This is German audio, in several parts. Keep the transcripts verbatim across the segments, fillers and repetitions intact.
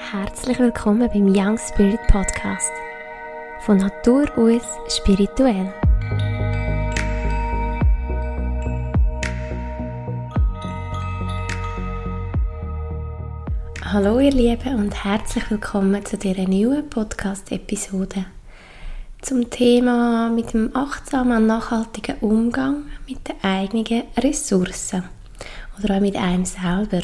Herzlich willkommen beim Young Spirit Podcast. Von Natur aus spirituell. Hallo ihr Lieben und herzlich willkommen zu dieser neuen Podcast-Episode zum Thema mit dem achtsamen und nachhaltigen Umgang mit den eigenen Ressourcen oder auch mit einem selber.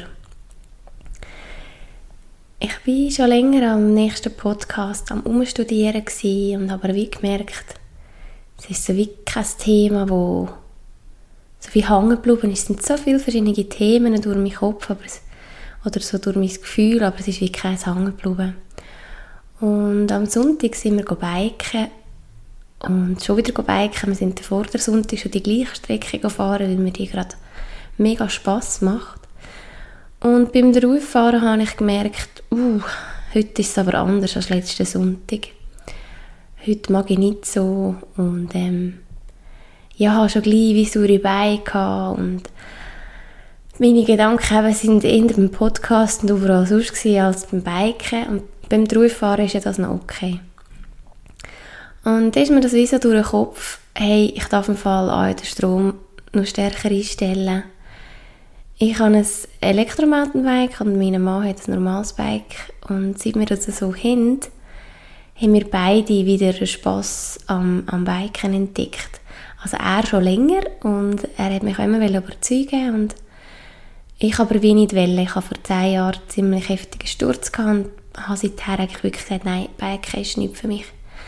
Ich war schon länger am nächsten Podcast am Umstudieren und habe aber wie gemerkt, es ist so wie kein Thema, wo so viel hängen geblieben ist. Es sind so viele verschiedene Themen durch meinen Kopf aber es, oder so durch mein Gefühl, aber es ist wie keins hängen geblieben. Und am Sonntag sind wir biken und schon wieder biken. Wir sind vor der Sonntag schon die gleiche Strecke gefahren, weil mir die gerade mega Spass macht. Und beim Drauffahren habe ich gemerkt, uh, heute ist es aber anders als letzten Sonntag. Heute mag ich nicht so und ähm, ja, habe schon gleich wie saure Beine gehabt und meine Gedanken eben sind eher beim Podcast und überall sonst gewesen als beim Biken und beim Drauffahren ist ja das noch okay. Und dann ist mir das wie so durch den Kopf, hey, ich darf im Fall auch den Strom noch stärker einstellen. Ich habe ein Elektromountainbike und mein Mann hat ein normales Bike. Und seit wir das so haben, haben wir beide wieder Spass am, am Biken entdeckt. Also er schon länger und er hat mich auch immer überzeugen und ich aber wie nicht wollen. Ich habe vor zehn Jahren einen ziemlich heftigen Sturz gehabt und habe seither eigentlich wirklich gesagt, nein, Biken ist nicht für mich.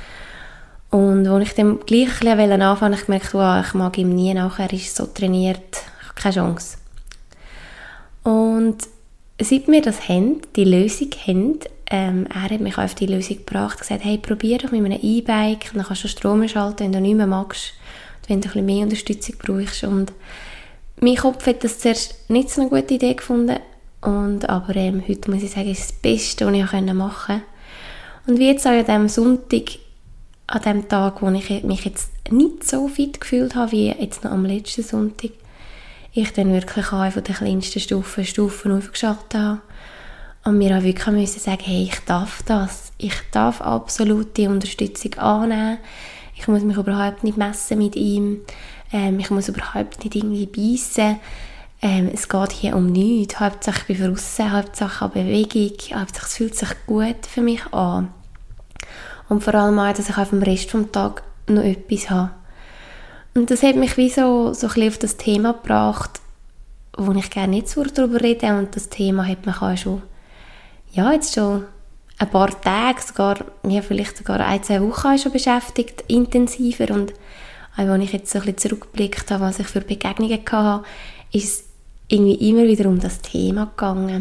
Und als ich dann gleich ein bisschen anfangen wollte, habe ich gemerkt, wow, ich mag ihm nie nachher, er ist so trainiert, ich habe keine Chance. Und seit wir das haben, die Lösung haben, ähm, er hat mich auf die Lösung gebracht, gesagt, hey, probier doch mit einem E-Bike, dann kannst du Strom schalten, wenn du nicht mehr magst, wenn du ein bisschen mehr Unterstützung brauchst. Und mein Kopf hat das zuerst nicht so eine gute Idee gefunden, und, aber ähm, heute muss ich sagen, ist das Beste, was ich machen konnte. Und wie jetzt auch an diesem Sonntag, an dem Tag, wo ich mich jetzt nicht so fit gefühlt habe, wie jetzt noch am letzten Sonntag, ich dann wirklich auch von den kleinsten Stufen Stufen aufgeschaltet habe. Und mir auch wirklich müssen sagen, hey, ich darf das. Ich darf absolut die Unterstützung annehmen. Ich muss mich überhaupt nicht messen mit ihm. Ähm, ich muss überhaupt nicht irgendwie beißen. Ähm, es geht hier um nichts. Hauptsache ich bin draussen, Hauptsache an Bewegung, Hauptsache es fühlt sich gut für mich an. Und vor allem auch, dass ich auf dem Rest des Tages noch etwas habe. Und das hat mich wie so, so ein bisschen auf das Thema gebracht, wo ich gerne nicht so darüber rede. Und das Thema hat mich auch schon, ja, jetzt schon ein paar Tage, sogar, ja, vielleicht sogar ein, zwei Wochen schon beschäftigt, intensiver. Und auch als ich jetzt so ein bisschen zurückgeblickt habe, was ich für Begegnungen hatte, ist es irgendwie immer wieder um das Thema gegangen.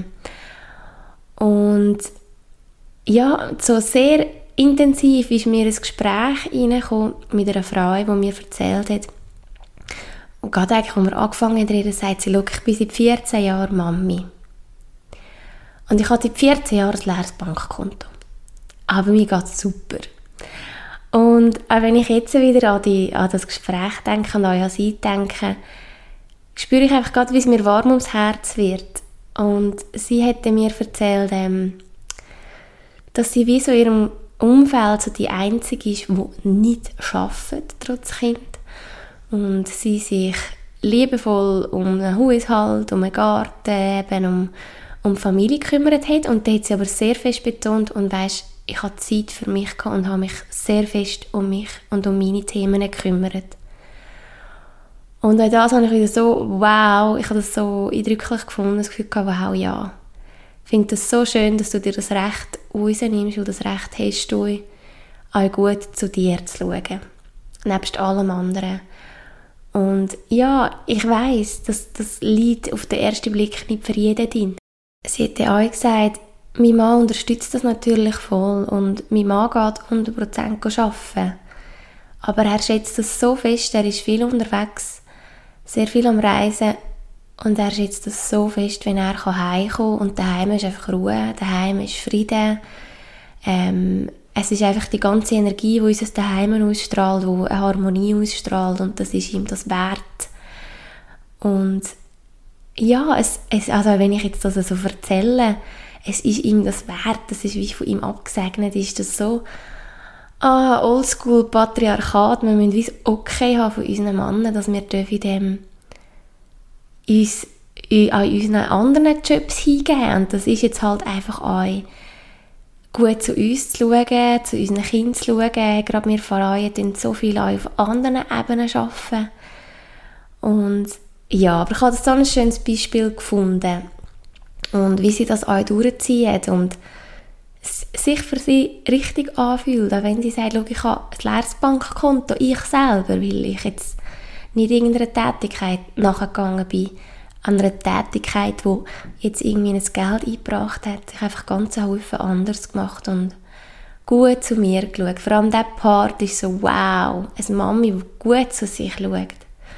Und ja, so sehr intensiv ist mir ein Gespräch reingekommen mit einer Frau, die mir erzählt hat, und gerade eigentlich, als wir angefangen haben zu reden, sagt sie, ich bin seit vierzehn Jahren Mami. Und ich habe seit vierzehn Jahren ein leeres Bankkonto. Aber mir geht es super. Und auch wenn ich jetzt wieder an, die, an das Gespräch denke und auch an sie denke, spüre ich einfach gerade, wie es mir warm ums Herz wird. Und sie hat mir erzählt, ähm, dass sie wie so in ihrem Umfeld so die Einzige ist, die nicht arbeitet, trotz Kind. Und sie sich liebevoll um einen Haushalt, um einen Garten, eben um, um Familie gekümmert hat. Und da hat sie aber sehr fest betont, und weisst, ich hatte Zeit für mich gehabt und habe mich sehr fest um mich und um meine Themen gekümmert. Und auch das habe ich wieder so, wow, ich habe das so eindrücklich gefunden, das Gefühl gehabt, wow, ja. Ich finde es so schön, dass du dir das Recht rausnimmst, weil das Recht hast du, auch gut zu dir zu schauen. Nebst allem anderen. Und ja, ich weiss, dass das liegt auf den ersten Blick nicht für jeden drin. Sie hat ja auch gesagt, mein Mann unterstützt das natürlich voll und mein Mann geht hundert Prozent arbeiten. Aber er schätzt das so fest, er ist viel unterwegs, sehr viel am Reisen. Und er schätzt das so fest, wenn er heimkommen kann. Und daheim ist einfach Ruhe, daheim ist Frieden. Ähm, es ist einfach die ganze Energie, die uns daheim ausstrahlt, die eine Harmonie ausstrahlt. Und das ist ihm das wert. Und ja, es, es, also wenn ich jetzt das so erzähle, es ist ihm das wert, das ist wie von ihm abgesegnet, ist das so ah, oldschool Patriarchat, wir müssen wie okay haben von unseren Männern, dass wir dürfen dem uns an unseren anderen Jobs hingeben. Und das ist jetzt halt einfach auch gut zu uns zu schauen, zu unseren Kindern zu schauen. Gerade wir Frauen tun so viel auf anderen Ebenen arbeiten. Und ja, aber ich habe das so ein schönes Beispiel gefunden. Und wie sie das auch durchziehen und es sich für sie richtig anfühlt, auch wenn sie sagt, schau, ich habe ein leeres Bankkonto, ich selber, weil ich jetzt nicht irgendeiner Tätigkeit nachgegangen bin, an einer Tätigkeit, die jetzt irgendwie ein Geld eingebracht hat. Ich habe einfach ganz Haufen anders gemacht und gut zu mir geschaut. Vor allem dieser Part ist so, wow, eine Mami, die gut zu sich schaut.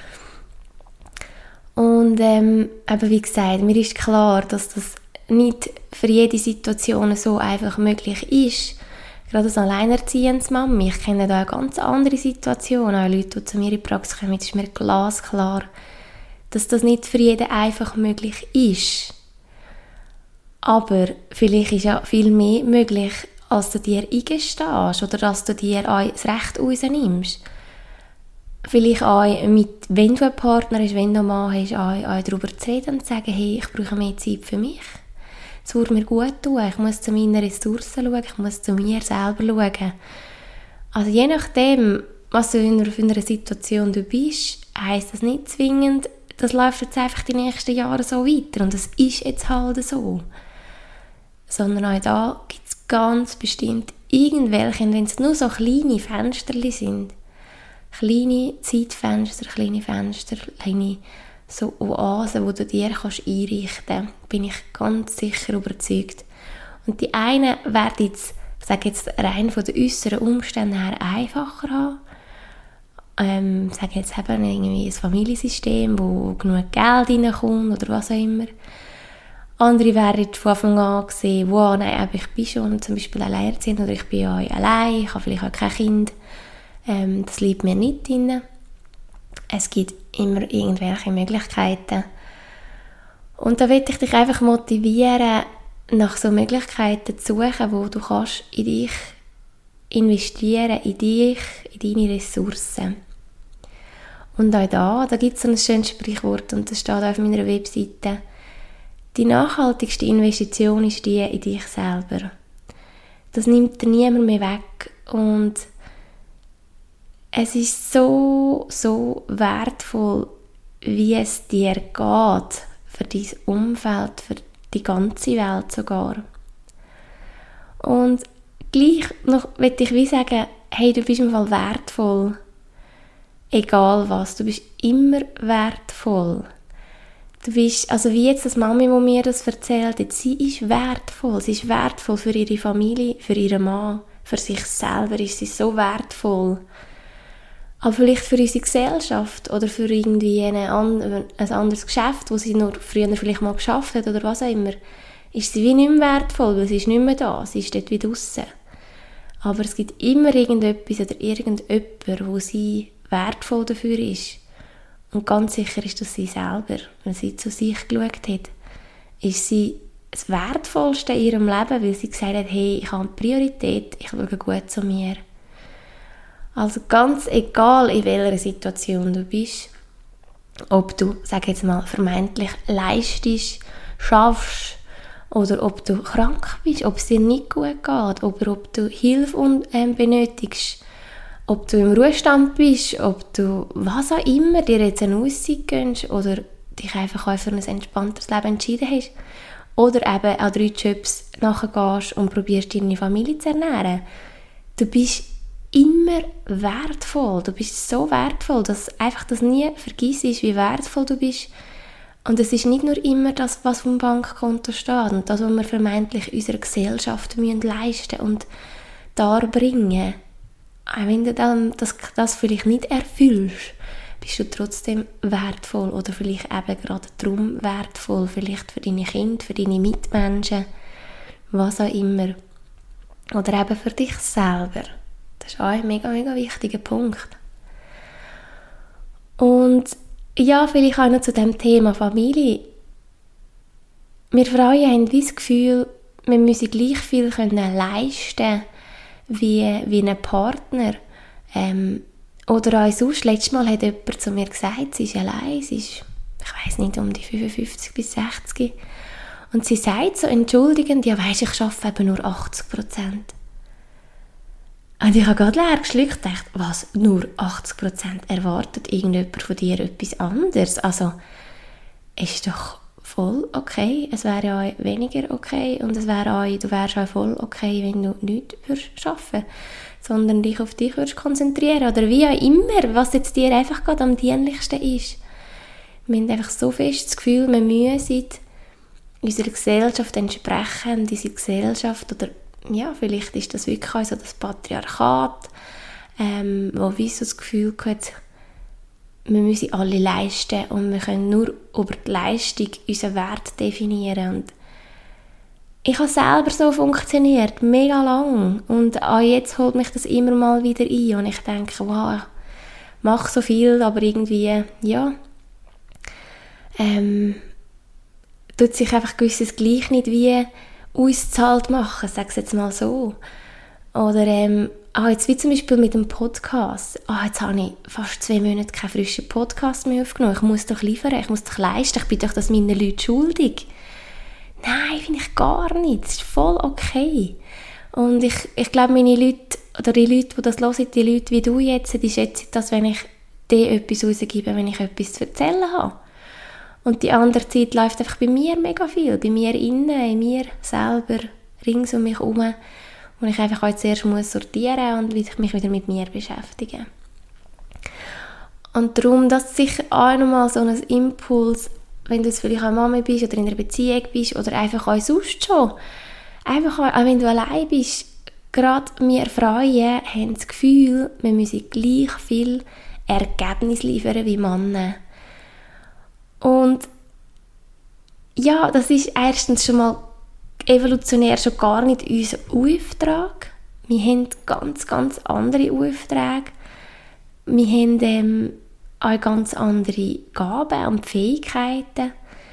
Und ähm, aber wie gesagt, mir ist klar, dass das nicht für jede Situation so einfach möglich ist. Gerade als alleinerziehendes Mami, ich kenne da eine ganz andere Situation. Auch Leute, die zu mir in die Praxis kommen, ist mir glasklar, dass das nicht für jeden einfach möglich ist. Aber vielleicht ist ja viel mehr möglich, als du dir eingestehst oder dass du dir auch das Recht rausnimmst. Vielleicht auch mit, wenn du einen Partner hast, wenn du einen Mann hast, auch, auch darüber zu reden und zu sagen, hey, ich brauche mehr Zeit für mich. Es würde mir gut tun, ich muss zu meinen Ressourcen schauen, ich muss zu mir selber schauen. Also je nachdem, was du in einer Situation du bist, heisst das nicht zwingend, das läuft jetzt einfach die nächsten Jahre so weiter und das ist jetzt halt so. Sondern auch da gibt es ganz bestimmt irgendwelche, wenn es nur so kleine Fensterchen sind, kleine Zeitfenster, kleine Fenster, kleine so Oasen, die du dir kannst einrichten kannst, bin ich ganz sicher überzeugt. Und die einen werden jetzt, ich sage jetzt rein von den äußeren Umständen her, einfacher haben. Ähm, sage jetzt eben irgendwie ein Familiensystem, wo genug Geld reinkommt oder was auch immer. Andere werden von Anfang an sehen, wow, nein, ich bin schon zum Beispiel alleinerziehend oder ich bin ja allein, ich habe vielleicht auch kein Kind. Ähm, das liegt mir nicht drin. Es gibt immer irgendwelche Möglichkeiten. Und da möchte ich dich einfach motivieren, nach so Möglichkeiten zu suchen, wo du kannst in dich investieren, in dich, in deine Ressourcen. Und auch da, da gibt es so ein schönes Sprichwort und das steht auch auf meiner Webseite. Die nachhaltigste Investition ist die in dich selber. Das nimmt dir niemand mehr weg und es ist so, so wertvoll, wie es dir geht, für dein Umfeld, für die ganze Welt sogar. Und gleich noch möchte ich wie sagen, hey, du bist im Fall wertvoll. Egal was, du bist immer wertvoll. Du bist, also wie jetzt das Mami, die mir das erzählt hat, sie ist wertvoll. Sie ist wertvoll für ihre Familie, für ihren Mann, für sich selber ist sie so wertvoll. Aber vielleicht für unsere Gesellschaft oder für irgendwie eine, ein anderes Geschäft, das sie nur früher vielleicht mal geschafft hat oder was auch immer, ist sie wie nicht mehr wertvoll, weil sie ist nicht mehr da, sie ist dort wie draussen. Aber es gibt immer irgendetwas oder irgendjemand, wo sie wertvoll dafür ist. Und ganz sicher ist das sie selber. Wenn sie zu sich geschaut hat, ist sie das Wertvollste in ihrem Leben, weil sie gesagt hat, hey, ich habe eine Priorität, ich schaue gut zu mir. Also ganz egal, in welcher Situation du bist, ob du, sag jetzt mal, vermeintlich leistest, schaffst oder ob du krank bist, ob es dir nicht gut geht oder ob du Hilfe ähm, benötigst, ob du im Ruhestand bist, ob du was auch immer dir jetzt eine Auszeit gönnst oder dich einfach auch für ein entspannteres Leben entschieden hast oder eben an drei Jobs nachgehst und probierst, deine Familie zu ernähren. Du bist immer wertvoll. Du bist so wertvoll, dass einfach das nie vergisst, wie wertvoll du bist. Und es ist nicht nur immer das, was auf dem Bankkonto steht und das, was wir vermeintlich unserer Gesellschaft müssen leisten und darbringen. Auch wenn du dann das, das vielleicht nicht erfüllst, bist du trotzdem wertvoll oder vielleicht eben gerade darum wertvoll, vielleicht für deine Kinder, für deine Mitmenschen, was auch immer. Oder eben für dich selber. Das ist auch ein mega, mega wichtiger Punkt. Und ja, vielleicht auch noch zu dem Thema Familie. Wir Frauen haben das Gefühl, wir müssen gleich viel können leisten wie, wie ein Partner. Ähm, oder auch sonst, letztes Mal hat jemand zu mir gesagt, sie ist allein, sie ist, ich weiss nicht, um die fünfundfünfzig bis sechzig. Und sie sagt so entschuldigend, ja weisst, ich arbeite eben nur achtzig Prozent. Und ich habe gerade leer geschluckt und gedacht, was, nur achtzig Prozent? Erwartet irgendjemand von dir etwas anderes? Also, ist doch voll okay. Es wäre ja auch weniger okay und es wäre auch, du wärst auch voll okay, wenn du nichts würdest arbeiten, sondern dich auf dich würdest konzentrieren. Oder wie auch immer, was jetzt dir einfach gerade am dienlichsten ist. Wir haben einfach so fest das Gefühl, wir müssen unserer Gesellschaft entsprechen, diese Gesellschaft, oder ja, vielleicht ist das wirklich auch so das Patriarchat, ähm, wo wie so das Gefühl hat, wir müssen alle leisten und wir können nur über die Leistung unseren Wert definieren. Und ich habe selber so funktioniert, mega lang. Und auch jetzt holt mich das immer mal wieder ein. Und ich denke, wow, ich mache so viel, aber irgendwie, ja, ähm, tut sich einfach gewisses gleich nicht wie auszahlt machen, sag es jetzt mal so. Oder ähm, ah, jetzt wie zum Beispiel mit dem Podcast. Ah, jetzt habe ich fast zwei Monate keinen frischen Podcast mehr aufgenommen. Ich muss doch liefern, ich muss doch leisten, ich bin doch das meinen Leuten schuldig. Nein, finde ich gar nicht. Das ist voll okay. Und ich, ich glaube, meine Leute, oder die Leute, die das hören, die Leute wie du jetzt, die schätzen das, wenn ich dir etwas rausgebe, wenn ich etwas zu erzählen habe. Und die andere Zeit läuft einfach bei mir mega viel. Bei mir innen, in mir selber, rings um mich herum. wo ich einfach auch zuerst muss sortieren und mich wieder mit mir beschäftigen. Und darum, das ist sicher auch nochmal so ein Impuls, wenn du jetzt vielleicht eine Mama bist oder in einer Beziehung bist oder einfach auch sonst schon. Einfach auch, auch wenn du allein bist, gerade wir Frauen haben das Gefühl, wir müssen gleich viel Ergebnis liefern wie Männer. Und ja, das ist erstens schon mal evolutionär schon gar nicht unser Auftrag. Wir haben ganz, ganz andere Aufträge. Wir haben ähm, auch ganz andere Gaben und Fähigkeiten.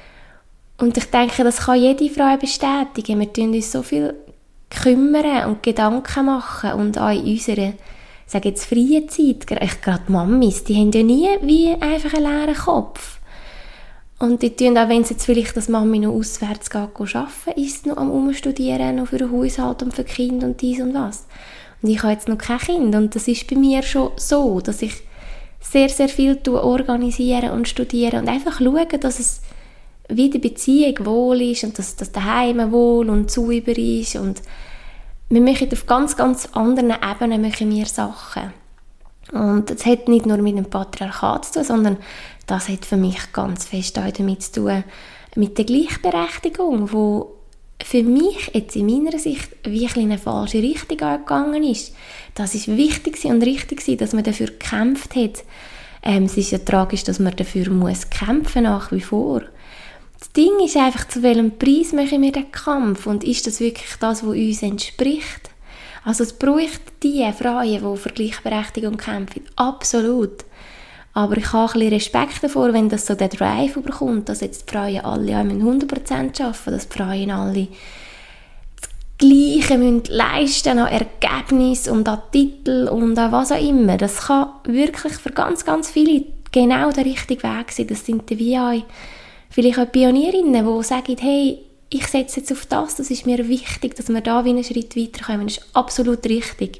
Und ich denke, das kann jede Frau bestätigen. Wir tun uns so viel kümmern und Gedanken machen und auch in unserer, ich sage jetzt, freien Zeit, gerade Mamis, die haben ja nie wie einfach einen leeren Kopf. Und die tun auch, wenn sie jetzt vielleicht das Mami noch auswärts geht, arbeiten, ist sie noch am Umstudieren, noch für den Haushalt und für die Kinder und dies und was. Und ich habe jetzt noch kein Kind und das ist bei mir schon so, dass ich sehr, sehr viel organisieren und studieren und einfach schauen, dass es wie die Beziehung wohl ist und dass das daheim wohl und sauber ist. Und wir machen auf ganz, ganz anderen Ebenen machen wir Sachen. Und das hat nicht nur mit dem Patriarchat zu tun, sondern das hat für mich ganz fest auch damit zu tun, mit der Gleichberechtigung, wo für mich jetzt in meiner Sicht wie in eine falsche Richtung gegangen ist. Das ist wichtig und richtig, dass man dafür gekämpft hat. Ähm, es ist ja tragisch, dass man dafür muss kämpfen nach wie vor. Das Ding ist einfach, zu welchem Preis machen wir den Kampf und ist das wirklich das, was uns entspricht? Also es braucht die Frauen, die für Gleichberechtigung kämpfen, absolut. Aber ich habe ein bisschen Respekt davor, wenn das so der Drive bekommt, dass jetzt die Frauen alle hundert Prozent arbeiten, dass die Frauen alle das Gleiche müssen leisten an Ergebnis und an Titel und an was auch immer. Das kann wirklich für ganz, ganz viele genau der richtige Weg sein. Das sind die wie auch vielleicht auch Pionierinnen, die sagen, hey, ich setze jetzt auf das, das ist mir wichtig, dass wir da wie einen Schritt weiterkommen. Das ist absolut richtig.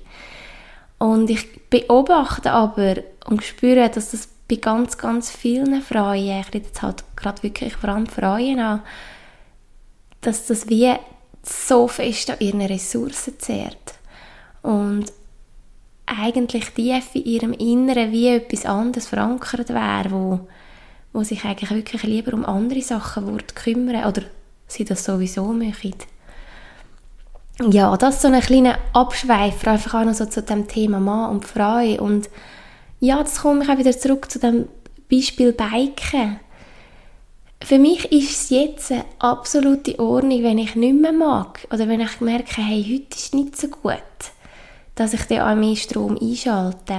Und ich beobachte aber und spüre, dass das bei ganz, ganz vielen Frauen, ich rede jetzt halt gerade wirklich vor allem Frauen an, dass das wie so fest an ihren Ressourcen zehrt. Und eigentlich tief in ihrem Inneren wie etwas anderes verankert wäre, wo, wo sich eigentlich wirklich lieber um andere Sachen würde kümmern oder sie das sowieso möchten. Ja, das ist so ein kleiner Abschweifer, einfach auch noch so zu dem Thema Mann und Frau. Und ja, jetzt komme ich auch wieder zurück zu dem Beispiel Biken. Für mich ist es jetzt eine absolute Ordnung, wenn ich nicht mehr mag oder wenn ich merke, hey, heute ist nicht so gut, dass ich dann auch mehr Strom einschalte.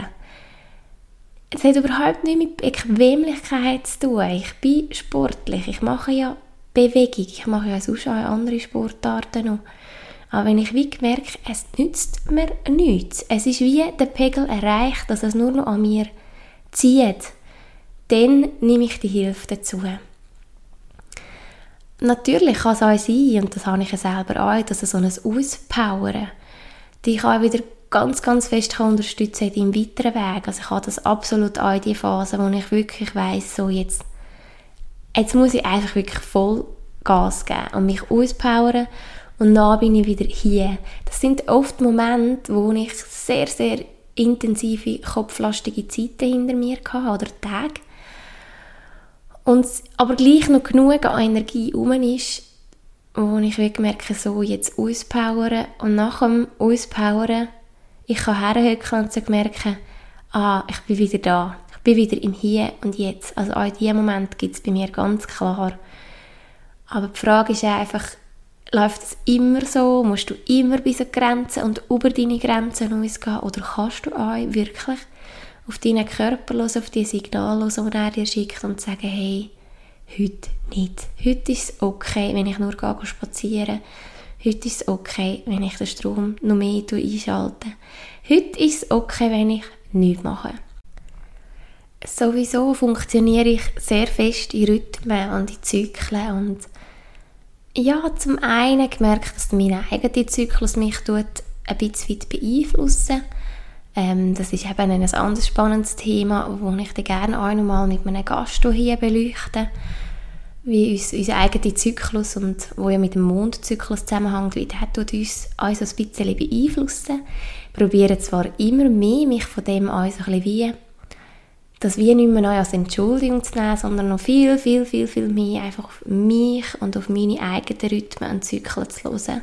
Es hat überhaupt nichts mit Bequemlichkeit zu tun. Ich bin sportlich, ich mache ja Bewegung. Ich mache ja sonst auch andere Sportarten noch. Aber wenn ich wie merke, es nützt mir nichts, es ist wie der Pegel erreicht, dass es nur noch an mir zieht, dann nehme ich die Hilfe dazu. Natürlich kann es auch sein, und das habe ich ja selber auch, dass es so ein Auspowern dich auch wieder ganz, ganz fest unterstützen kann in deinem weiteren Weg. Also ich habe das absolut auch in die Phase, wo ich wirklich weiss, so jetzt, jetzt muss ich einfach wirklich voll Gas geben und mich auspowern und dann bin ich wieder hier. Das sind oft Momente, wo ich sehr, sehr intensive, kopflastige Zeiten hinter mir hatte oder Tage. Und aber gleich noch genug an Energie herum ist, wo ich wirklich merke, so jetzt auspowern und nach dem Auspowern ich kann herhöckeln und so merken, ah, ich bin wieder da. Ich bin wieder im Hier und Jetzt. Also auch in diesem Moment gibt es bei mir ganz klar. Aber die Frage ist einfach, läuft es immer so? Musst du immer bis an die Grenzen und über deine Grenzen hinausgehen? Oder kannst du auch wirklich auf deinen Körper hören, auf die Signale hören, die er dir schickt und sagen, hey, heute nicht. Heute ist es okay, wenn ich nur gehe spazieren. Heute ist es okay, wenn ich den Strom noch mehr einschalte. Heute ist es okay, wenn ich nichts mache. Sowieso funktioniere ich sehr fest in Rhythmen und in Zyklen. Und ja, zum einen gemerkt, dass mein eigener Zyklus mich tut ein bisschen beeinflussen. Ähm, das ist eben ein anderes spannendes Thema, das ich dann gerne auch noch mal mit einem Gast hier beleuchte. Wie uns, unser eigener Zyklus, und wo ja mit dem Mondzyklus zusammenhängt, wie der tut uns auch so ein bisschen beeinflussen. Ich probiere zwar immer mehr, mich von dem auch so ein bisschen wie, das wie nicht mehr als Entschuldigung zu nehmen, sondern noch viel, viel, viel, viel mehr einfach auf mich und auf meine eigenen Rhythmen und Zyklen zu hören.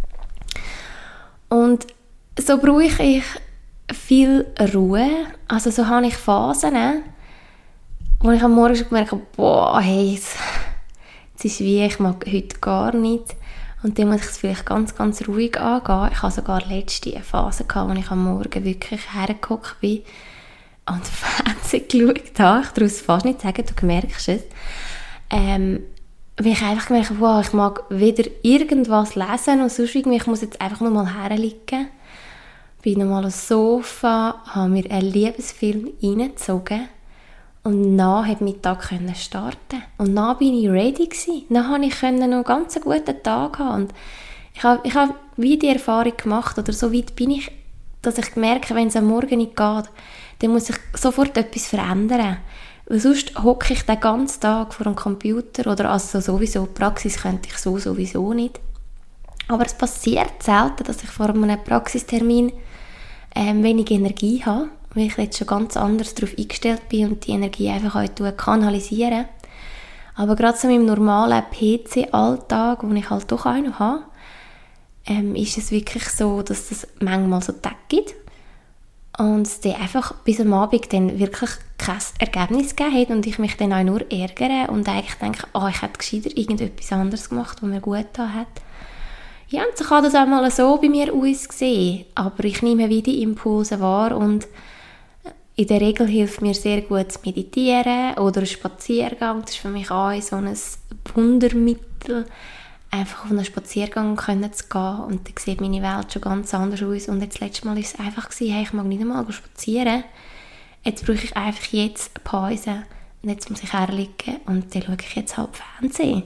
Und so brauche ich viel Ruhe. Also so habe ich Phasen, wo ich am Morgen schon gemerkt habe, boah, hey, es ist wie, ich mag heute gar nicht. Und dann muss ich es vielleicht ganz, ganz ruhig angehen. Ich hatte sogar letzte eine Phase gehabt, wo ich am Morgen wirklich hergehockt bin und Fernsehen geschaut habe. Ich darf es fast nicht sagen, du merkst es. Ähm, weil ich einfach gemerkt habe, wow, ich mag weder irgendwas lesen und sonst irgendwie, ich muss jetzt einfach nur mal herliegen. Bin nochmal aufs Sofa, habe mir einen Liebesfilm reingezogen. Und dann konnte ich Mittag starten. Und dann war ich ready gewesen. Dann konnte ich noch einen ganz guten Tag haben. Und ich habe, ich habe wie die Erfahrung gemacht, oder so weit bin ich, dass ich merke, wenn es am Morgen nicht geht, dann muss ich sofort etwas verändern. Weil sonst hocke ich den ganzen Tag vor dem Computer, oder also sowieso, Praxis könnte ich so sowieso nicht. Aber es passiert selten, dass ich vor einem Praxistermin ähm, wenig Energie habe, weil ich jetzt schon ganz anders darauf eingestellt bin und die Energie einfach auch kanalisieren. Aber gerade so in meinem normalen P C-Alltag, den ich halt doch auch noch habe, ähm, ist es wirklich so, dass es manchmal so Tage gibt und es dann einfach bis am Abend dann wirklich kein Ergebnis gegeben hat und ich mich dann auch nur ärgere und eigentlich denke, oh, ich hätte gescheiter irgendetwas anderes gemacht, was mir gut getan hat. Ja, und so kann das auch mal so bei mir aussehen, aber ich nehme wieder die Impulse wahr und in der Regel hilft mir sehr gut zu meditieren oder ein Spaziergang. Das ist für mich auch so ein Wundermittel, einfach auf einen Spaziergang können zu gehen und dann sieht meine Welt schon ganz anders aus. Und jetzt letztes Mal war es einfach, hey, ich mag nicht einmal spazieren, jetzt brauche ich einfach jetzt eine Pause und jetzt muss ich herliegen und dann schaue ich jetzt halt Fernsehen.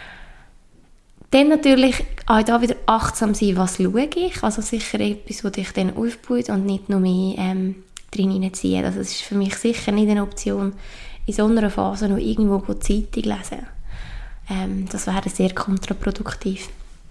Dann natürlich auch da wieder achtsam sein, was schaue ich, also sicher etwas, das dich dann aufbaut und nicht nur mehr ähm, drin hineinziehen. Also es ist für mich sicher nicht eine Option, in so einer Phase noch irgendwo Zeitung lesen. Ähm, das wäre sehr kontraproduktiv.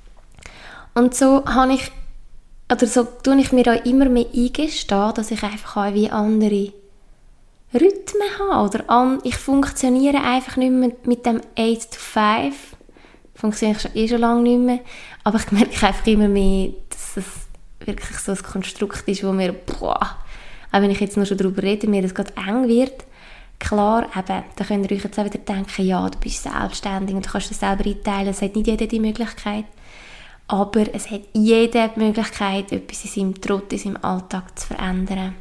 Und so habe ich, oder so tue ich mir auch immer mehr eingestehen, dass ich einfach auch wie andere Rhythmen habe. Oder an, ich funktioniere einfach nicht mehr mit dem eight to five. Funktioniere ich eh schon lange nicht mehr. Aber ich merke einfach immer mehr, dass es wirklich so ein Konstrukt ist, wo mir, boah, auch wenn ich jetzt nur schon darüber rede, mir das gerade eng wird. Klar, eben, da könnt ihr euch jetzt auch wieder denken, ja, du bist selbstständig und du kannst das selber einteilen. Es hat nicht jeder die Möglichkeit. Aber es hat jede die Möglichkeit, etwas in seinem Trott, in seinem Alltag zu verändern.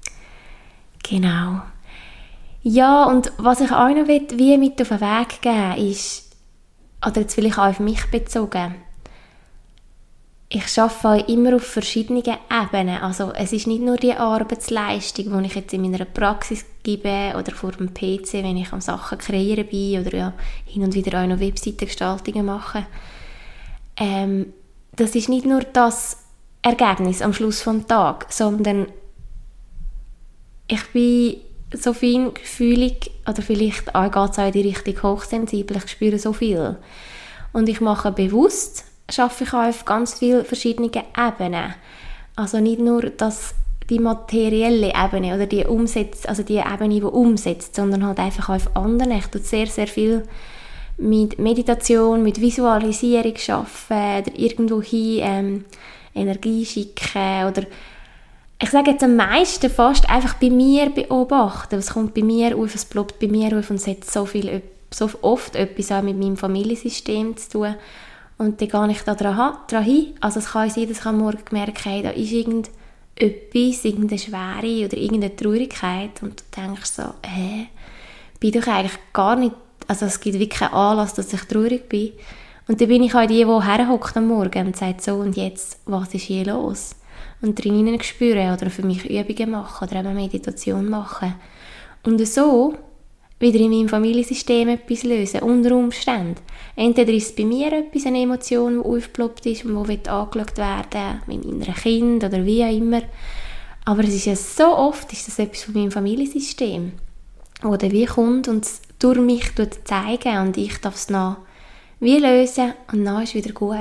Genau. Ja, und was ich auch noch will, wie mit auf den Weg geben ist, oder jetzt vielleicht auch auf mich bezogen, ich arbeite immer auf verschiedenen Ebenen. Also es ist nicht nur die Arbeitsleistung, die ich jetzt in meiner Praxis gebe oder vor dem P C, wenn ich am Sachen kreieren bin oder ja, hin und wieder auch noch Webseitengestaltungen mache. Ähm, das ist nicht nur das Ergebnis am Schluss des Tages, sondern ich bin so feinfühlig, oder vielleicht geht es auch in die Richtung hochsensibel, ich spüre so viel. Und ich mache bewusst, schaffe ich auch auf ganz vielen verschiedenen Ebenen. Also nicht nur das, die materielle Ebene oder die Umsetz, also die Ebene, die umsetzt, sondern halt einfach auch auf anderen. Ich tue sehr, sehr viel mit Meditation, mit Visualisierung arbeiten oder irgendwo hin ähm, Energie schicken oder ich sage jetzt am meisten fast einfach bei mir beobachten. Was kommt bei mir auf, was ploppt bei mir auf und es hat so, viel, so oft etwas auch mit meinem Familiensystem zu tun. Und dann gehe ich da dran, dran hin. Also es kann sein, dass ich am Morgen gemerkt habe, da ist irgendetwas, irgendeine Schwere oder irgendeine Traurigkeit. Und du denkst so, hä, bin doch eigentlich gar nicht, also es gibt wirklich keinen Anlass, dass ich traurig bin. Und dann bin ich auch die, die herhockt am Morgen und sagt so, und jetzt, was ist hier los? Und drinnen spüren oder für mich Übungen machen oder eben Meditation machen. Und so wieder in meinem Familiensystem etwas lösen, unter Umständen. Entweder ist es bei mir etwas, eine Emotion, die aufgeploppt ist und die angeschaut werden will, mit meinem Kind oder wie auch immer. Aber es ist ja so oft, ist das etwas von meinem Familiensystem, wo dann wie kommt und es durch mich zeigen und ich darf es noch wie lösen und dann ist es wieder gut.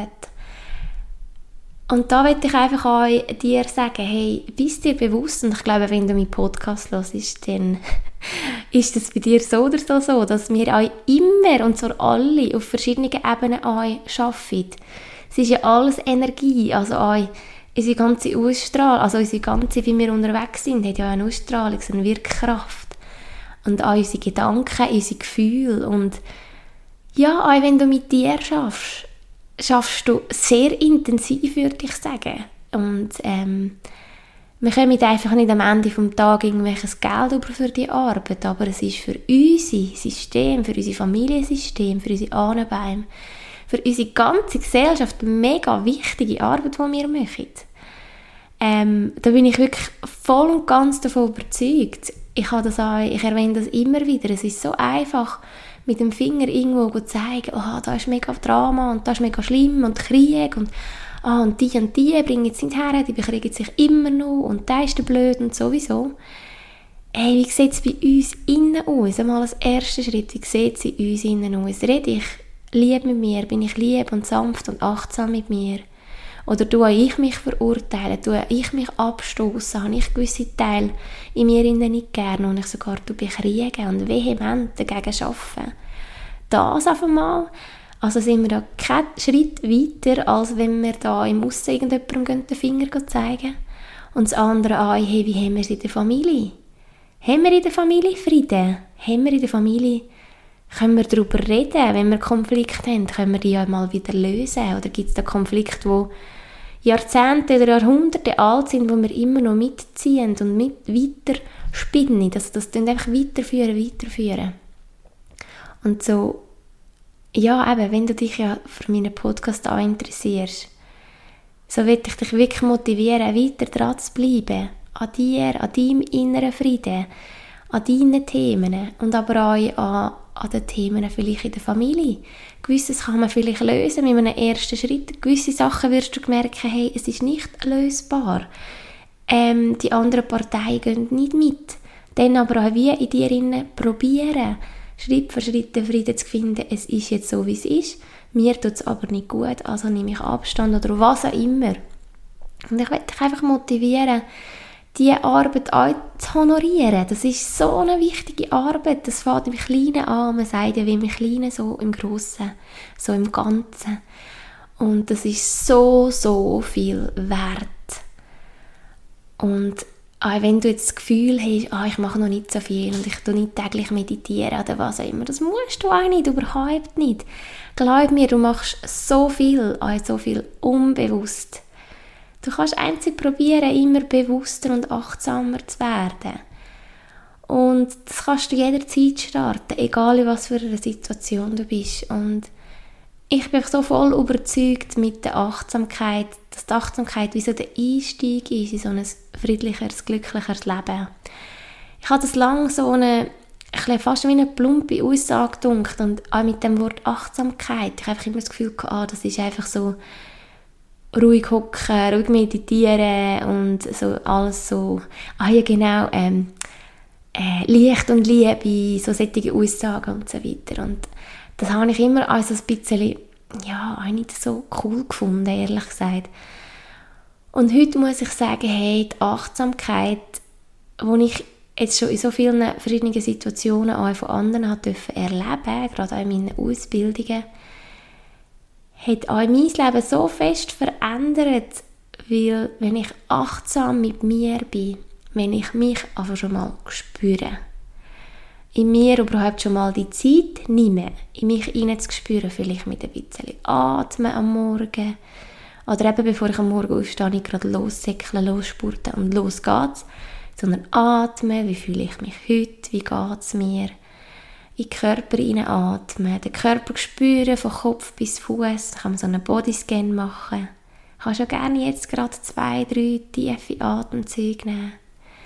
Und da möchte ich einfach auch dir sagen, hey, bist dir bewusst, und ich glaube, wenn du meinen Podcast hörst, dann ist das bei dir so oder so so, dass wir auch immer und zwar alle auf verschiedenen Ebenen auch arbeiten. Es ist ja alles Energie, also auch unsere ganze Ausstrahlung, also unsere ganze, wie wir unterwegs sind, hat ja eine Ausstrahlung, so eine Wirkkraft. Und auch unsere Gedanken, unsere Gefühle. Und ja, auch wenn du mit dir schaffst, schaffst du sehr intensiv, würde ich sagen. Und ähm, wir kommen einfach nicht am Ende des Tages irgendwelches Geld über für die Arbeit, aber es ist für unser System, für unser Familiensystem, für unsere Ahnenbeine, für unsere ganze Gesellschaft eine mega wichtige Arbeit, die wir machen. Ähm, da bin ich wirklich voll und ganz davon überzeugt. Ich, habe das auch, ich erwähne das immer wieder. Es ist so einfach, mit dem Finger irgendwo zu zeigen, oh, da ist mega Drama und da ist mega schlimm und Krieg und, oh, und die und die bringen jetzt nicht her, die bekriegen sich immer noch und der ist der blöd und sowieso. Hey, wie sieht es bei uns innen aus? Einmal als erster Schritt, wie sieht es in uns innen aus? Rede ich lieb mit mir? Bin ich lieb und sanft und achtsam mit mir? Oder tue ich mich verurteilen? Tue ich mich abstoßen? Habe ich gewisse Teile in mir nicht gerne und ich sogar bekriegen und vehement dagegen arbeiten? Das einfach mal. Also sind wir da keinen Schritt weiter, als wenn wir da im Aussen irgendjemandem den Finger zeigen. Und das andere auch, hey, wie haben wir es in der Familie? Haben wir in der Familie Frieden? Haben wir in der Familie, können wir darüber reden, wenn wir Konflikte haben? Können wir die ja mal wieder lösen? Oder gibt es da Konflikte, die Jahrzehnte oder Jahrhunderte alt sind, wo wir immer noch mitziehen und mit weiter spinnen? Also das tun einfach weiterführen, weiterführen. Und so, ja, eben, wenn du dich ja für meinen Podcast auch interessierst, so will ich dich wirklich motivieren, weiter dran zu bleiben. An dir, an deinem inneren Frieden, an deinen Themen und aber auch an, an den Themen vielleicht in der Familie. Gewisses kann man vielleicht lösen mit einem ersten Schritt. Gewisse Sachen wirst du merken, hey, es ist nicht lösbar. Ähm, die anderen Parteien gehen nicht mit. Dann aber auch wie in dir innen probieren, Schritt für Schritt den Frieden zu finden. Es ist jetzt so, wie es ist. Mir tut es aber nicht gut, also nehme ich Abstand oder was auch immer. Und ich möchte dich einfach motivieren, diese Arbeit auch zu honorieren. Das ist so eine wichtige Arbeit. Das fängt im Kleinen an. Man sagt ja, wie im Kleinen, so im Grossen, so im Ganzen. Und das ist so, so viel wert. Und auch wenn du jetzt das Gefühl hast, ah, ich mache noch nicht so viel und ich tue nicht täglich meditieren oder was auch immer, das musst du auch nicht, überhaupt nicht. Glaub mir, du machst so viel, auch so viel unbewusst. Du kannst einzig probieren, immer bewusster und achtsamer zu werden. Und das kannst du jederzeit starten, egal in was für einer Situation du bist. Und ich bin so voll überzeugt mit der Achtsamkeit, dass die Achtsamkeit wie so der Einstieg ist in so ein friedlicheres, glücklicheres Leben. Ich hatte das lange so eine, ein fast wie eine plumpe Aussage gedacht und auch mit dem Wort Achtsamkeit. Ich habe einfach immer das Gefühl gehabt, ah, das ist einfach so ruhig hocken, ruhig meditieren und so alles so, ah ja genau, ähm, äh, Licht und Liebe, so solche Aussagen und so weiter. Und das habe ich immer als ein bisschen, ja, auch nicht so cool gefunden, ehrlich gesagt. Und heute muss ich sagen, hey, die Achtsamkeit, die ich jetzt schon in so vielen verschiedenen Situationen auch von anderen habe dürfen erleben, gerade auch in meinen Ausbildungen, hat auch mein Leben so fest verändert, weil wenn ich achtsam mit mir bin, wenn ich mich einfach schon mal spüre, in mir überhaupt schon mal die Zeit nehme, in mich hineinzuspüren, vielleicht mit ein bisschen Atmen am Morgen oder eben bevor ich am Morgen aufstehe, nicht gerade lossäckeln, losspurten und los geht's, sondern atmen, wie fühle ich mich heute, wie geht's mir, in den Körper hineinatmen, den Körper spüren, von Kopf bis Fuß. Da kann man so einen Bodyscan machen. Ich kann schon gerne jetzt gerade zwei, drei tiefe Atemzüge nehmen.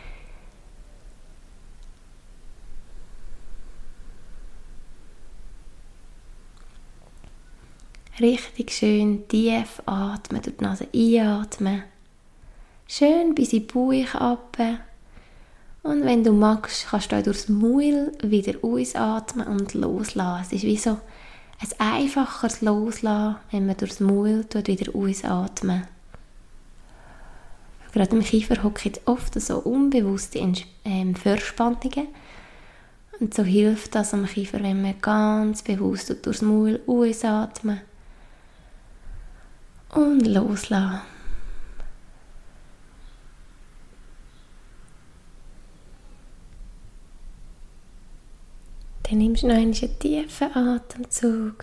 Richtig schön tief atmen, durch die Nase einatmen. Schön bis in den Bauch runter. Und wenn du magst, kannst du auch durchs Maul wieder ausatmen und loslassen. Es ist wie so ein einfacheres Loslassen, wenn man durchs Maul wieder ausatmen. Gerade im Kiefer hocken oft so unbewusste ähm, Verspannungen. Und so hilft das am Kiefer, wenn man ganz bewusst durchs Maul ausatmen und loslassen. Dann nimmst du noch einen tiefen Atemzug.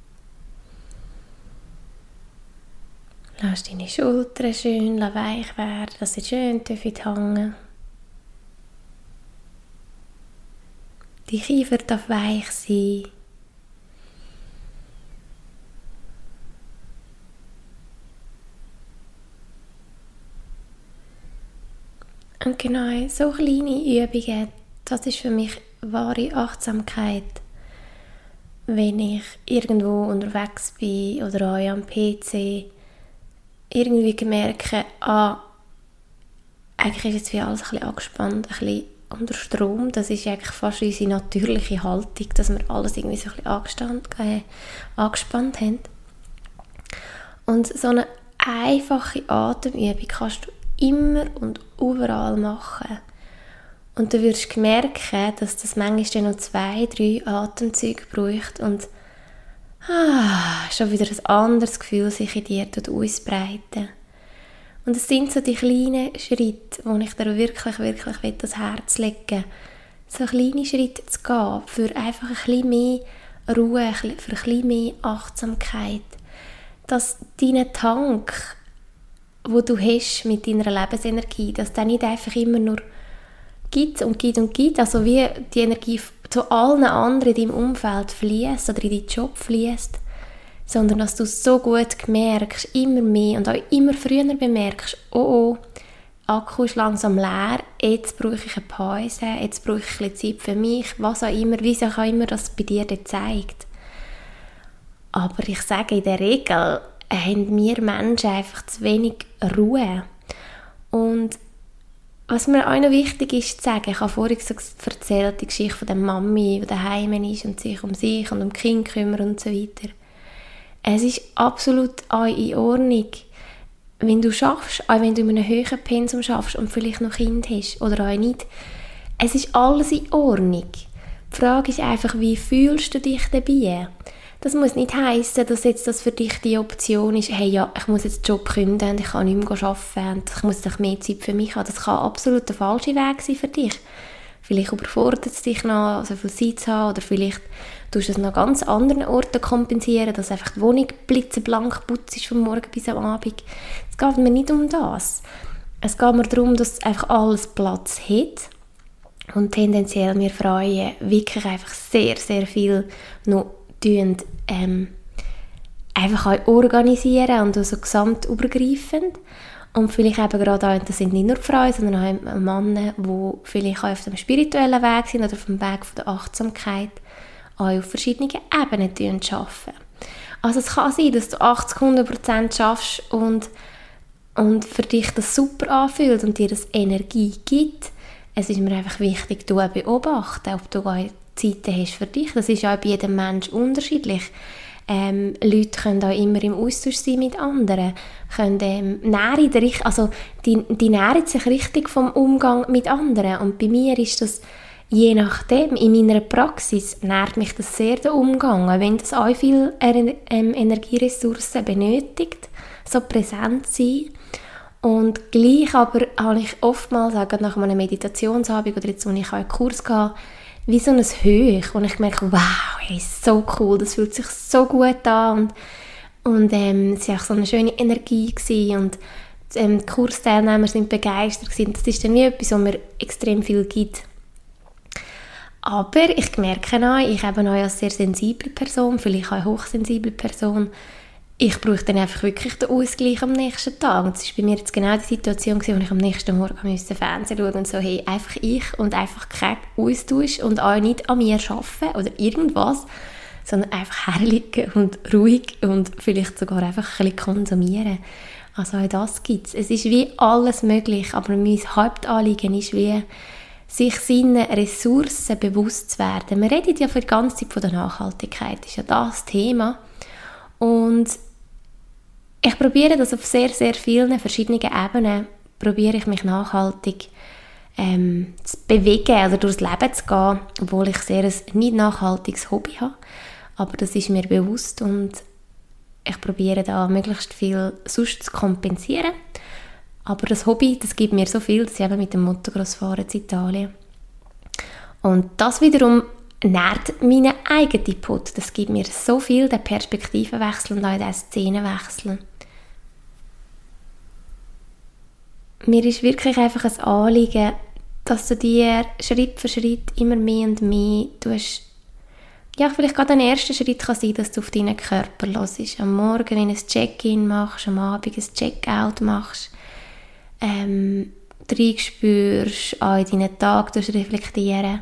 Lass deine Schultern schön weich werden, dass sie schön hängen. Die Kiefer darf weich sein. Und genau so kleine Übungen, das ist für mich wahre Achtsamkeit, wenn ich irgendwo unterwegs bin oder auch am P C irgendwie merke, ah, eigentlich ist jetzt wie alles ein bisschen angespannt, ein bisschen unter Strom. Das ist eigentlich fast unsere natürliche Haltung, dass wir alles irgendwie so ein bisschen angespannt, äh, angespannt haben. Und so eine einfache Atemübung kannst du immer und überall machen. Und du wirst merken, dass das manchmal noch zwei, drei Atemzüge braucht und ah, schon wieder ein anderes Gefühl sich in dir ausbreiten. Und es sind so die kleinen Schritte, wo ich dir wirklich, wirklich das Herz legen will, so kleine Schritte zu gehen, für einfach ein bisschen mehr Ruhe, für ein bisschen mehr Achtsamkeit. Dass dein Tank, wo du hast mit deiner Lebensenergie, dass der nicht einfach immer nur gibt und gibt und gibt, also wie die Energie zu allen anderen in deinem Umfeld fließt oder in deinen Job fließt, sondern dass du so gut merkst, immer mehr und auch immer früher bemerkst, oh oh, Akku ist langsam leer, jetzt brauche ich eine Pause, jetzt brauche ich ein bisschen Zeit für mich, was auch immer, wie auch immer das bei dir zeigt. Aber ich sage, in der Regel haben wir Menschen einfach zu wenig Ruhe. Und was mir auch noch wichtig ist zu sagen, ich habe vorhin so erzählt, die Geschichte von der Mami, die daheim ist und sich um sich und um die Kinder kümmert und so weiter. Es ist absolut auch in Ordnung, wenn du schaffst, auch wenn du in einem höheren Pensum schaffst und vielleicht noch Kind hast oder auch nicht. Es ist alles in Ordnung. Die Frage ist einfach, wie fühlst du dich dabei? Das muss nicht heissen, dass jetzt das für dich die Option ist, hey, ja, ich muss jetzt den Job kündigen und ich kann nicht mehr arbeiten und ich muss doch mehr Zeit für mich haben. Das kann absolut der falsche Weg sein für dich. Vielleicht überfordert es dich noch, so viel Zeit zu haben, oder vielleicht tust du es noch an ganz anderen Orten kompensieren, dass einfach die Wohnung blitzeblank putzt ist von morgen bis am Abend. Es geht mir nicht um das. Es geht mir darum, dass einfach alles Platz hat. Und tendenziell wir Frauen wirklich einfach sehr, sehr viel noch tun, ähm, einfach auch organisieren und so gesamtübergreifend. Und vielleicht eben gerade auch, das sind nicht nur die Frauen, sondern auch Männer, die vielleicht auch auf dem spirituellen Weg sind oder auf dem Weg von der Achtsamkeit auch auf verschiedenen Ebenen arbeiten. Also es kann sein, dass du achtzig bis hundert Prozent schaffst und, und für dich das super anfühlt und dir das Energie gibt. Es ist mir einfach wichtig, du beobachten, ob du auch Zeiten hast für dich. Das ist auch bei jedem Menschen unterschiedlich. Ähm, Leute können auch immer im Austausch sein mit anderen, können ähm, nähren, also die, die nähren sich richtig vom Umgang mit anderen. Und bei mir ist das je nachdem, in meiner Praxis nährt mich das sehr der Umgang, wenn das auch viel ähm, Energieressourcen benötigt, so präsent sein. Und gleich aber habe ich oftmals, auch nach einer Meditationsabend oder jetzt, wo ich auch einen Kurs gehe, wie so ein Hoch, und ich merke, wow, hey, so cool, das fühlt sich so gut an und, und ähm, es war auch so eine schöne Energie gewesen, und ähm, die Kursteilnehmer sind begeistert gewesen. Das ist dann wie etwas, was mir extrem viel gibt. Aber ich merke auch, ich habe auch als sehr sensible Person, vielleicht auch eine hochsensible Person, ich brauche dann einfach wirklich den Ausgleich am nächsten Tag. Und das war bei mir jetzt genau die Situation, wo ich am nächsten Morgen musste Fernsehen schauen und so, hey, einfach ich und einfach kein Austausch und auch nicht an mir arbeiten oder irgendwas, sondern einfach herliegen und ruhig und vielleicht sogar einfach ein bisschen konsumieren. Also auch das gibt es. Es ist wie alles möglich, aber mein Hauptanliegen ist wie, sich seinen Ressourcen bewusst zu werden. Wir reden ja für die ganze Zeit von der Nachhaltigkeit, das ist ja das Thema. Und ich probiere das auf sehr, sehr vielen verschiedenen Ebenen, probiere ich mich nachhaltig ähm, zu bewegen oder durchs Leben zu gehen, obwohl ich sehr ein nicht nachhaltiges Hobby habe. Aber das ist mir bewusst und ich probiere da möglichst viel sonst zu kompensieren. Aber das Hobby, das gibt mir so viel, dass ich eben mit dem Motocross fahre in Italien. Und das wiederum nährt meinen eigenen Put. Das gibt mir so viel, den Perspektivenwechsel und auch den Szenenwechsel. Mir ist wirklich einfach ein Anliegen, dass du dir Schritt für Schritt immer mehr und mehr tust. Ja, vielleicht gerade ein erster Schritt kann sein, dass du auf deinen Körper hörst. Am Morgen, wenn du ein Check-in machst, am Abend ein Check-out machst, ähm, reinspürst, auch in deinen Tag reflektieren.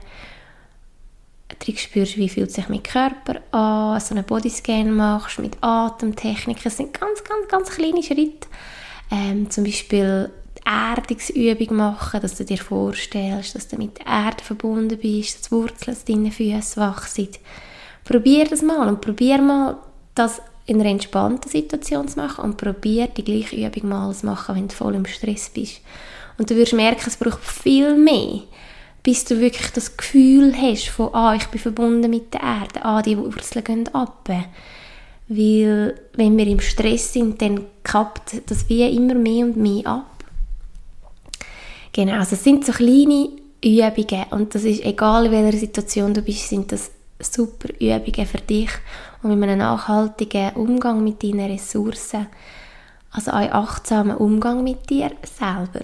Du spürst, wie fühlt sich mein Körper an, so einen Bodyscan machst, mit Atemtechniken. Das sind ganz, ganz, ganz kleine Schritte. Ähm, zum Beispiel die Erdungsübung machen, dass du dir vorstellst, dass du mit der Erde verbunden bist, dass die Wurzeln aus deinen Füßen wachsen. Probier das mal und probier mal, das in einer entspannten Situation zu machen und probier die gleiche Übung mal zu machen, wenn du voll im Stress bist. Und du wirst merken, es braucht viel mehr, bis du wirklich das Gefühl hast von, ah, ich bin verbunden mit der Erde, ah, die Wurzeln gehen ab. Weil, wenn wir im Stress sind, dann kappt das wie immer mehr und mehr ab. Genau, also es sind so kleine Übungen und das ist, egal in welcher Situation du bist, sind das super Übungen für dich und mit einem nachhaltigen Umgang mit deinen Ressourcen, also einen achtsamen Umgang mit dir selber.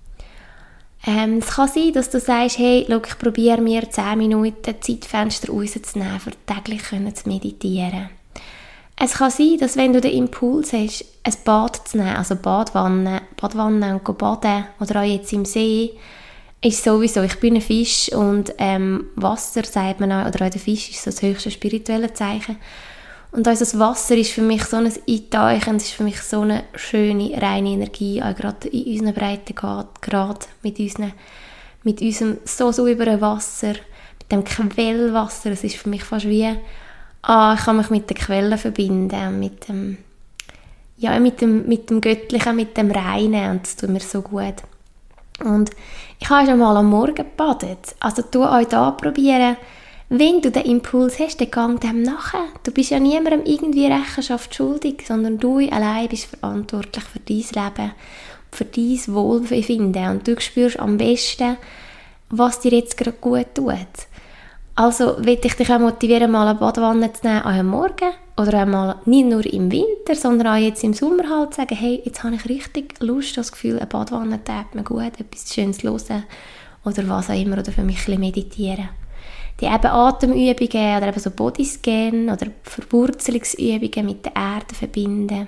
Ähm, es kann sein, dass du sagst, hey, schau, ich probiere mir zehn Minuten Zeitfenster rauszunehmen, für täglich zu meditieren. Es kann sein, dass wenn du den Impuls hast, ein Bad zu nehmen, also Badwanne, Badwanne und baden oder auch jetzt im See, ist sowieso, ich bin ein Fisch und ähm, Wasser, sagt man auch, oder auch der Fisch ist so das höchste spirituelle Zeichen. Und also das Wasser ist für mich so ein Eintauchen, es ist für mich so eine schöne, reine Energie, auch gerade in unseren Breitengrad, mit, unseren, mit unserem so sauberen Wasser, mit dem Quellwasser, es ist für mich fast wie, ah, ich kann mich mit der Quelle verbinden, mit dem, ja, mit dem, mit dem Göttlichen, mit dem Reinen, und das tut mir so gut. Und ich habe schon mal am Morgen gebadet, also tu euch da probieren, wenn du den Impuls hast, dann gang dem nachher. Du bist ja niemandem irgendwie Rechenschaft schuldig, sondern du allein bist verantwortlich für dein Leben, für dein Wohlbefinden. Und du spürst am besten, was dir jetzt gerade gut tut. Also will ich dich auch motivieren, mal eine Badwanne zu nehmen am Morgen oder einmal nicht nur im Winter, sondern auch jetzt im Sommer halt zu sagen, hey, jetzt habe ich richtig Lust, das Gefühl, eine Badwanne tut mir gut, etwas Schönes hören oder was auch immer, oder für mich ein bisschen meditieren. die eben Atemübungen oder eben so Bodyscan oder Verwurzelungsübungen mit der Erde verbinden.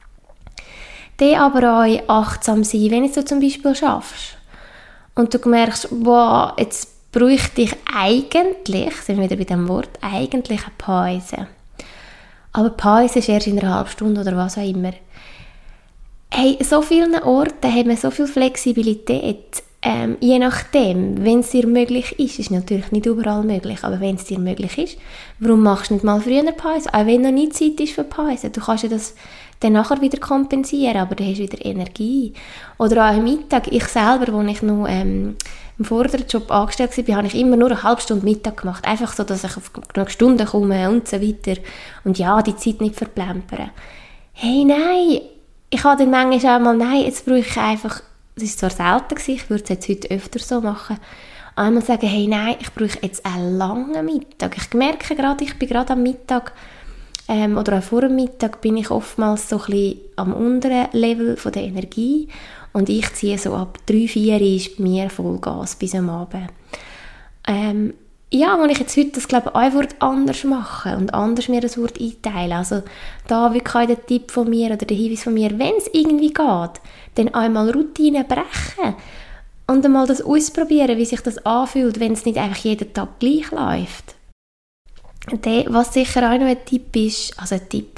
Dann aber auch achtsam sein, wenn du zum Beispiel schaffst und du merkst, wow, jetzt bräuchte ich eigentlich, sind wir wieder bei dem Wort, eigentlich eine Pause. Aber Pause ist erst in einer halben Stunde oder was auch immer. Hey, so vielen Orten haben wir so viel Flexibilität. Ähm, je nachdem, wenn es dir möglich ist, ist natürlich nicht überall möglich, aber wenn es dir möglich ist, warum machst du nicht mal früher eine Pause? Auch wenn noch nicht Zeit ist für Pause. Du kannst ja das dann nachher wieder kompensieren, aber dann hast du wieder Energie. Oder auch am Mittag. Ich selber, als ich noch ähm, im vorderen Job angestellt war, habe ich immer nur eine halbe Stunde Mittag gemacht. Einfach so, dass ich auf genug Stunden komme und so weiter. Und ja, die Zeit nicht verplempern. Hey, nein! Ich habe dann manchmal auch mal, nein, jetzt brauche ich einfach, das war zwar selten, ich würde es jetzt heute öfter so machen, einmal sagen, hey, nein, ich brauche jetzt einen langen Mittag. Ich merke gerade, ich bin gerade am Mittag ähm, oder auch vor dem Mittag bin ich oftmals so ein bisschen am unteren Level von der Energie und ich ziehe so ab drei, vier ist bei mir Vollgas bis am Abend. Ähm, Ja, wenn ich jetzt heute das, glaube ich, auch anders machen und anders mir das Wort einteilen. Also da wirklich auch der Tipp von mir oder der Hinweis von mir, wenn es irgendwie geht, dann einmal Routine brechen und einmal das ausprobieren, wie sich das anfühlt, wenn es nicht einfach jeden Tag gleich läuft. Der, was sicher auch noch ein Tipp ist, also ein Tipp,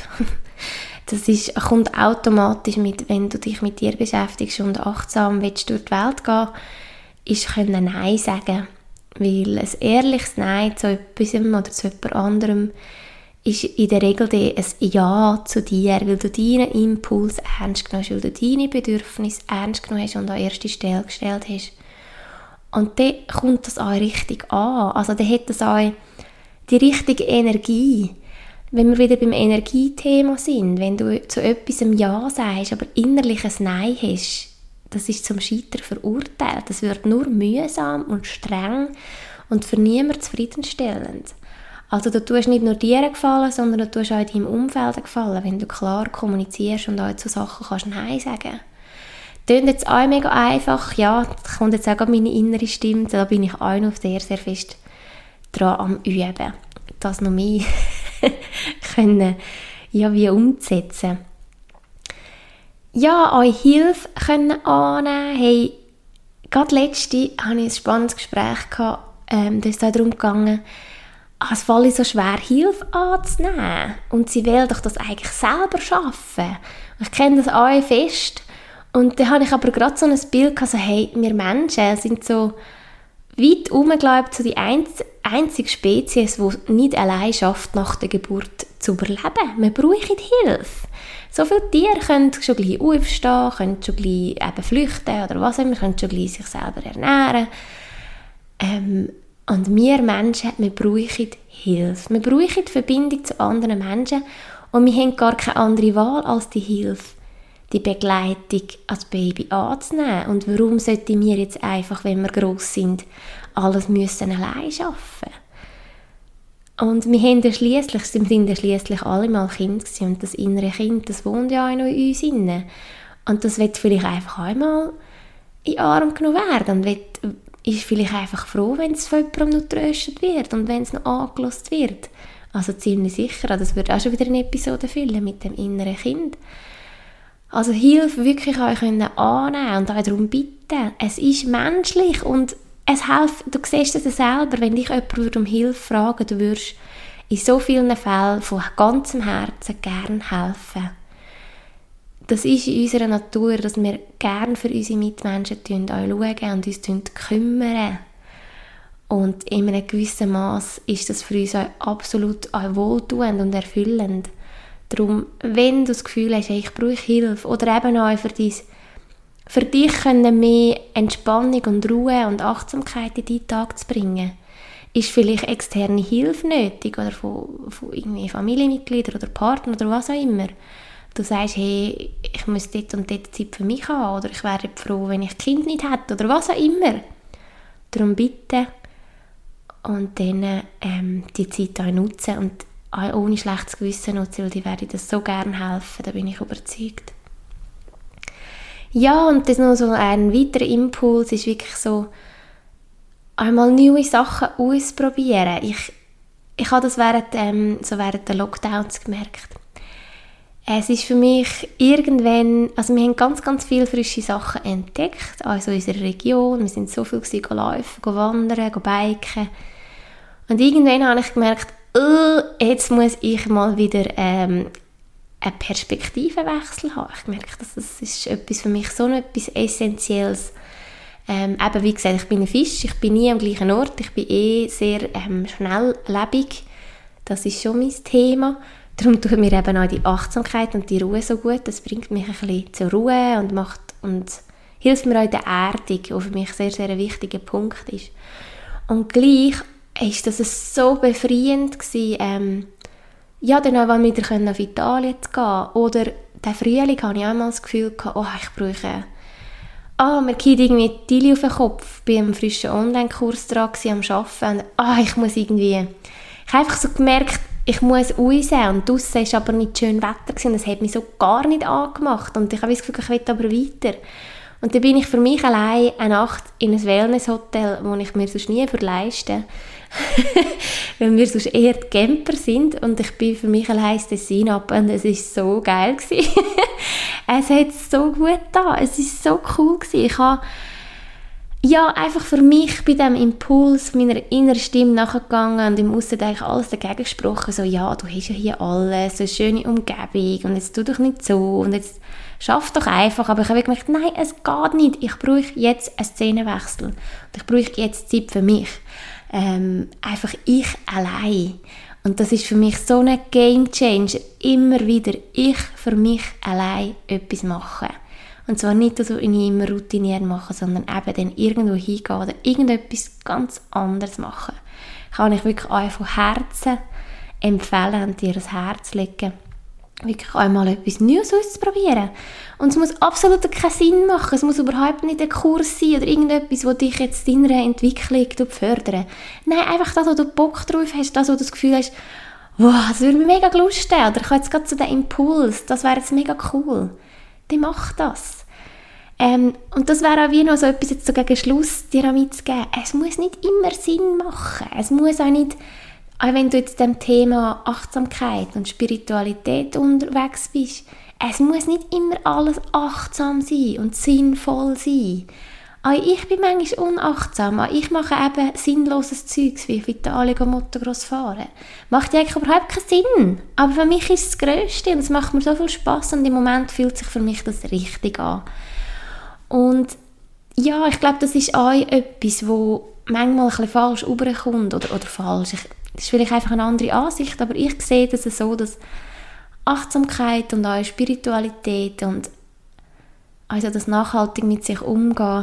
das ist, kommt automatisch mit, wenn du dich mit dir beschäftigst und achtsam willst durch die Welt gehen, ist können Nein sagen. Weil ein ehrliches Nein zu etwas oder zu jemand anderem ist in der Regel ein Ja zu dir, weil du deinen Impuls ernst genommen hast, weil du deine Bedürfnisse ernst genommen hast und an erste Stelle gestellt hast. Und dann kommt das auch richtig an. Also dann hat das auch die richtige Energie. Wenn wir wieder beim Energiethema sind, wenn du zu etwas ein Ja sagst, aber innerlich ein Nein hast, das ist zum Scheitern verurteilt. Das wird nur mühsam und streng und für niemanden zufriedenstellend. Also du tust nicht nur dir gefallen, sondern du tust auch deinem Umfeld gefallen, wenn du klar kommunizierst und auch zu Sachen kannst Nein sagen. Das klingt jetzt auch mega einfach. Ja, da kommt jetzt auch meine innere Stimme, da bin ich auch noch sehr, sehr fest dran am Üben. Das noch mehr können, ja, wie umzusetzen. Ja, euch Hilfe können annehmen. Hey, gerade letzte hatte ich ein spannendes Gespräch gehabt, ähm, da ist es darum gegangen, ah, es fällt so schwer, Hilfe anzunehmen. Und sie will doch das eigentlich selber schaffen. Ich kenne das auch fest. Und dann habe ich aber gerade so ein Bild gehabt, so, hey, wir Menschen sind so weit herum, glaube ich, so die einz- einzige Spezies, die nicht allein schafft, nach der Geburt zu überleben. Wir brauchen Hilfe. So viele Tiere können schon gleich aufstehen, können schon gleich eben flüchten oder was auch immer, können schon gleich sich selber ernähren. Ähm, und wir Menschen, wir brauchen Hilfe. Wir brauchen die Verbindung zu anderen Menschen und wir haben gar keine andere Wahl als die Hilfe, die Begleitung als Baby anzunehmen. Und warum sollten wir jetzt einfach, wenn wir gross sind, alles müssen allein schaffen? Und wir haben ja schliesslich, wir sind ja schliesslich alle mal Kind gewesen, und das innere Kind, das wohnt ja auch noch in uns inne. Und das wird vielleicht einfach einmal in den Arm genommen werden und wird, ist vielleicht einfach froh, wenn es von jemandem noch getröstet wird und wenn es noch angelassen wird. Also ziemlich sicher, das würde auch schon wieder eine Episode füllen mit dem inneren Kind. Also Hilfe wirklich auch können annehmen und auch darum bitten. Es ist menschlich und es hilft, du siehst es selber, wenn dich jemand um Hilfe fragen würde, du würdest in so vielen Fällen von ganzem Herzen gerne helfen. Das ist in unserer Natur, dass wir gerne für unsere Mitmenschen schauen und uns kümmern. Und in einem gewissen Maß ist das für uns auch absolut auch wohltuend und erfüllend. Darum, wenn du das Gefühl hast, hey, ich brauche Hilfe, oder eben auch für, dein, für dich können mehr Entspannung und Ruhe und Achtsamkeit in deinen Tag zu bringen, ist vielleicht externe Hilfe nötig oder von, von irgendwie Familienmitgliedern oder Partnern oder was auch immer. Du sagst, hey, ich muss dort und dort Zeit für mich haben oder ich wäre froh, wenn ich das Kind nicht hätte oder was auch immer. Darum bitte und dann ähm, die Zeit auch nutzen und auch ohne schlechtes Gewissen nutzen, weil die werden das so gerne helfen, da bin ich überzeugt. Ja, und das noch so ein weiterer Impuls ist wirklich so, einmal neue Sachen ausprobieren. Ich, ich habe das während, ähm, so während der Lockdowns gemerkt. Es ist für mich irgendwann, also wir haben ganz, ganz viele frische Sachen entdeckt, also in unserer Region. Wir sind so viel gewesen, go laufen, go wandern, go biken. Und irgendwann habe ich gemerkt, oh, jetzt muss ich mal wieder ähm, einen Perspektivenwechsel haben. Ich merke, dass das ist etwas für mich so etwas Essentielles. Ähm, eben wie gesagt, ich bin ein Fisch, ich bin nie am gleichen Ort, ich bin eh sehr ähm, schnelllebig. Das ist schon mein Thema. Darum tut mir eben auch die Achtsamkeit und die Ruhe so gut. Das bringt mich ein bisschen zur Ruhe und, macht, und hilft mir auch in der Erdung, die für mich sehr, sehr ein wichtiger Punkt ist. Und gleich ist das so befreiend gewesen, ähm, ja, dann auch wieder nach Italien zu gehen. Oder den Frühling hatte ich einmal das Gefühl, oh, ich brauche... Ah, oh, mir geht irgendwie die Tille auf den Kopf. Ich war beim frischen Online-Kurs dran, am Arbeiten. Und ah, ich muss irgendwie... Ich habe einfach so gemerkt, ich muss raus. Und draussen war aber nicht schön Wetter gewesen. Das hat mich so gar nicht angemacht. Und ich habe das Gefühl, ich will aber weiter. Und dann bin ich für mich allein eine Nacht in ein Wellness-Hotel, das ich mir sonst nie leisten würde. Weil wir sonst eher die Camper sind. Und ich bin für mich allein das Tessin ab. Und es war so geil. Es hat so gut getan. Es war so cool. Ich habe ja, einfach für mich bei diesem Impuls meiner inneren Stimme nachgegangen und im Aussen eigentlich alles dagegen gesprochen. So, ja, du hast ja hier alles, so eine schöne Umgebung und jetzt tu doch nicht so und jetzt schaff doch einfach. Aber ich habe gemerkt, nein, es geht nicht. Ich brauche jetzt einen Szenenwechsel. Und ich brauche jetzt Zeit für mich. Ähm, einfach ich allein. Und das ist für mich so ein Game Changer. Immer wieder ich für mich allein etwas machen. Und zwar nicht so immer routiniert machen, sondern eben dann irgendwo hingehen oder irgendetwas ganz anderes machen. Kann ich wirklich auch von Herzen empfehlen und dir ans Herz legen, wirklich einmal etwas Neues auszuprobieren. Und es muss absolut keinen Sinn machen. Es muss überhaupt nicht ein Kurs sein oder irgendetwas, das dich jetzt in deiner Entwicklung fördern. Nein, einfach das, wo du Bock drauf hast, das, wo du das Gefühl hast, wow, das würde mir mega Lust haben. Oder ich habe jetzt gerade so den Impuls, das wäre jetzt mega cool. Dann mach das. Ähm, und das wäre auch wie noch so etwas jetzt so gegen Schluss dir mitzugeben. Es muss nicht immer Sinn machen. Es muss auch nicht, auch wenn du jetzt dem Thema Achtsamkeit und Spiritualität unterwegs bist, es muss nicht immer alles achtsam sein und sinnvoll sein. Auch ich bin manchmal unachtsam. Auch ich mache eben sinnloses Zeugs, wie auf Italien Motocross fahren. Macht ja eigentlich überhaupt keinen Sinn. Aber für mich ist es das Grösste und es macht mir so viel Spass und im Moment fühlt sich für mich das richtig an. Und ja, ich glaube, das ist auch etwas, wo manchmal ein bisschen falsch rüberkommt oder, oder falsch. Ich, das ist vielleicht einfach eine andere Ansicht, aber ich sehe das so, dass Achtsamkeit und auch Spiritualität und also das nachhaltig mit sich umgehen,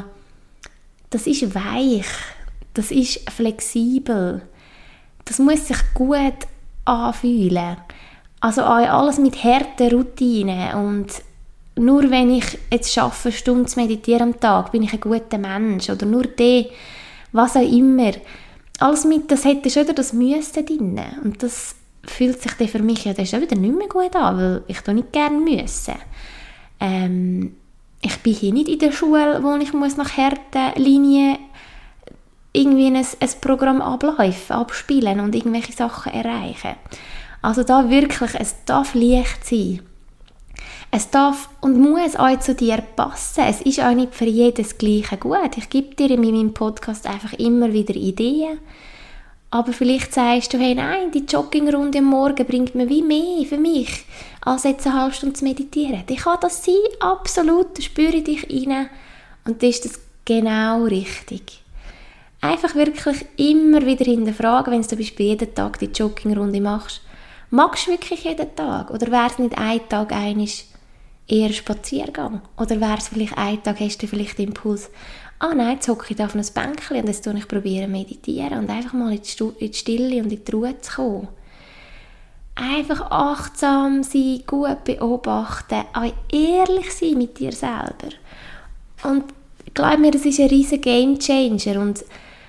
das ist weich, das ist flexibel, das muss sich gut anfühlen. Also auch alles mit harten Routinen und nur wenn ich jetzt schaffe, eine Stunde zu meditieren am Tag, bin ich ein guter Mensch. Oder nur der, was auch immer. Alles mit, das hätte schon wieder das Müsste drin. Und das fühlt sich dann für mich ja dann schon wieder nicht mehr gut an, weil ich da nicht gerne müsse. Ähm, ich bin hier nicht in der Schule, wo ich muss nach harten Linien irgendwie ein, ein Programm abläufen, abspielen und irgendwelche Sachen erreichen. Also da wirklich, es darf leicht sein. Es darf und muss auch zu dir passen. Es ist auch nicht für jedes Gleiche gut. Ich gebe dir in meinem Podcast einfach immer wieder Ideen. Aber vielleicht sagst du, hey, nein, die Joggingrunde am Morgen bringt mir wie mehr für mich, als jetzt eine halbe Stunde zu meditieren. Dann kann das sein, absolut, da spüre ich dich rein. Und dann ist das genau richtig. Einfach wirklich immer wieder hinterfragen, wenn du zum Beispiel jeden Tag die Joggingrunde machst. Magst du wirklich jeden Tag? Oder wäre es nicht ein Tag einisch eher Spaziergang? Oder wäre es vielleicht ein Tag, hast du vielleicht den Impuls, ah nein, jetzt hocke ich auf einem Bänkchen und jetzt probiere ich probieren meditieren und einfach mal in die, Stu- in die Stille und in die Ruhe zu kommen. Einfach achtsam sein, gut beobachten, auch ehrlich sein mit dir selber. Und glaub mir, das ist ein riesen Game Changer und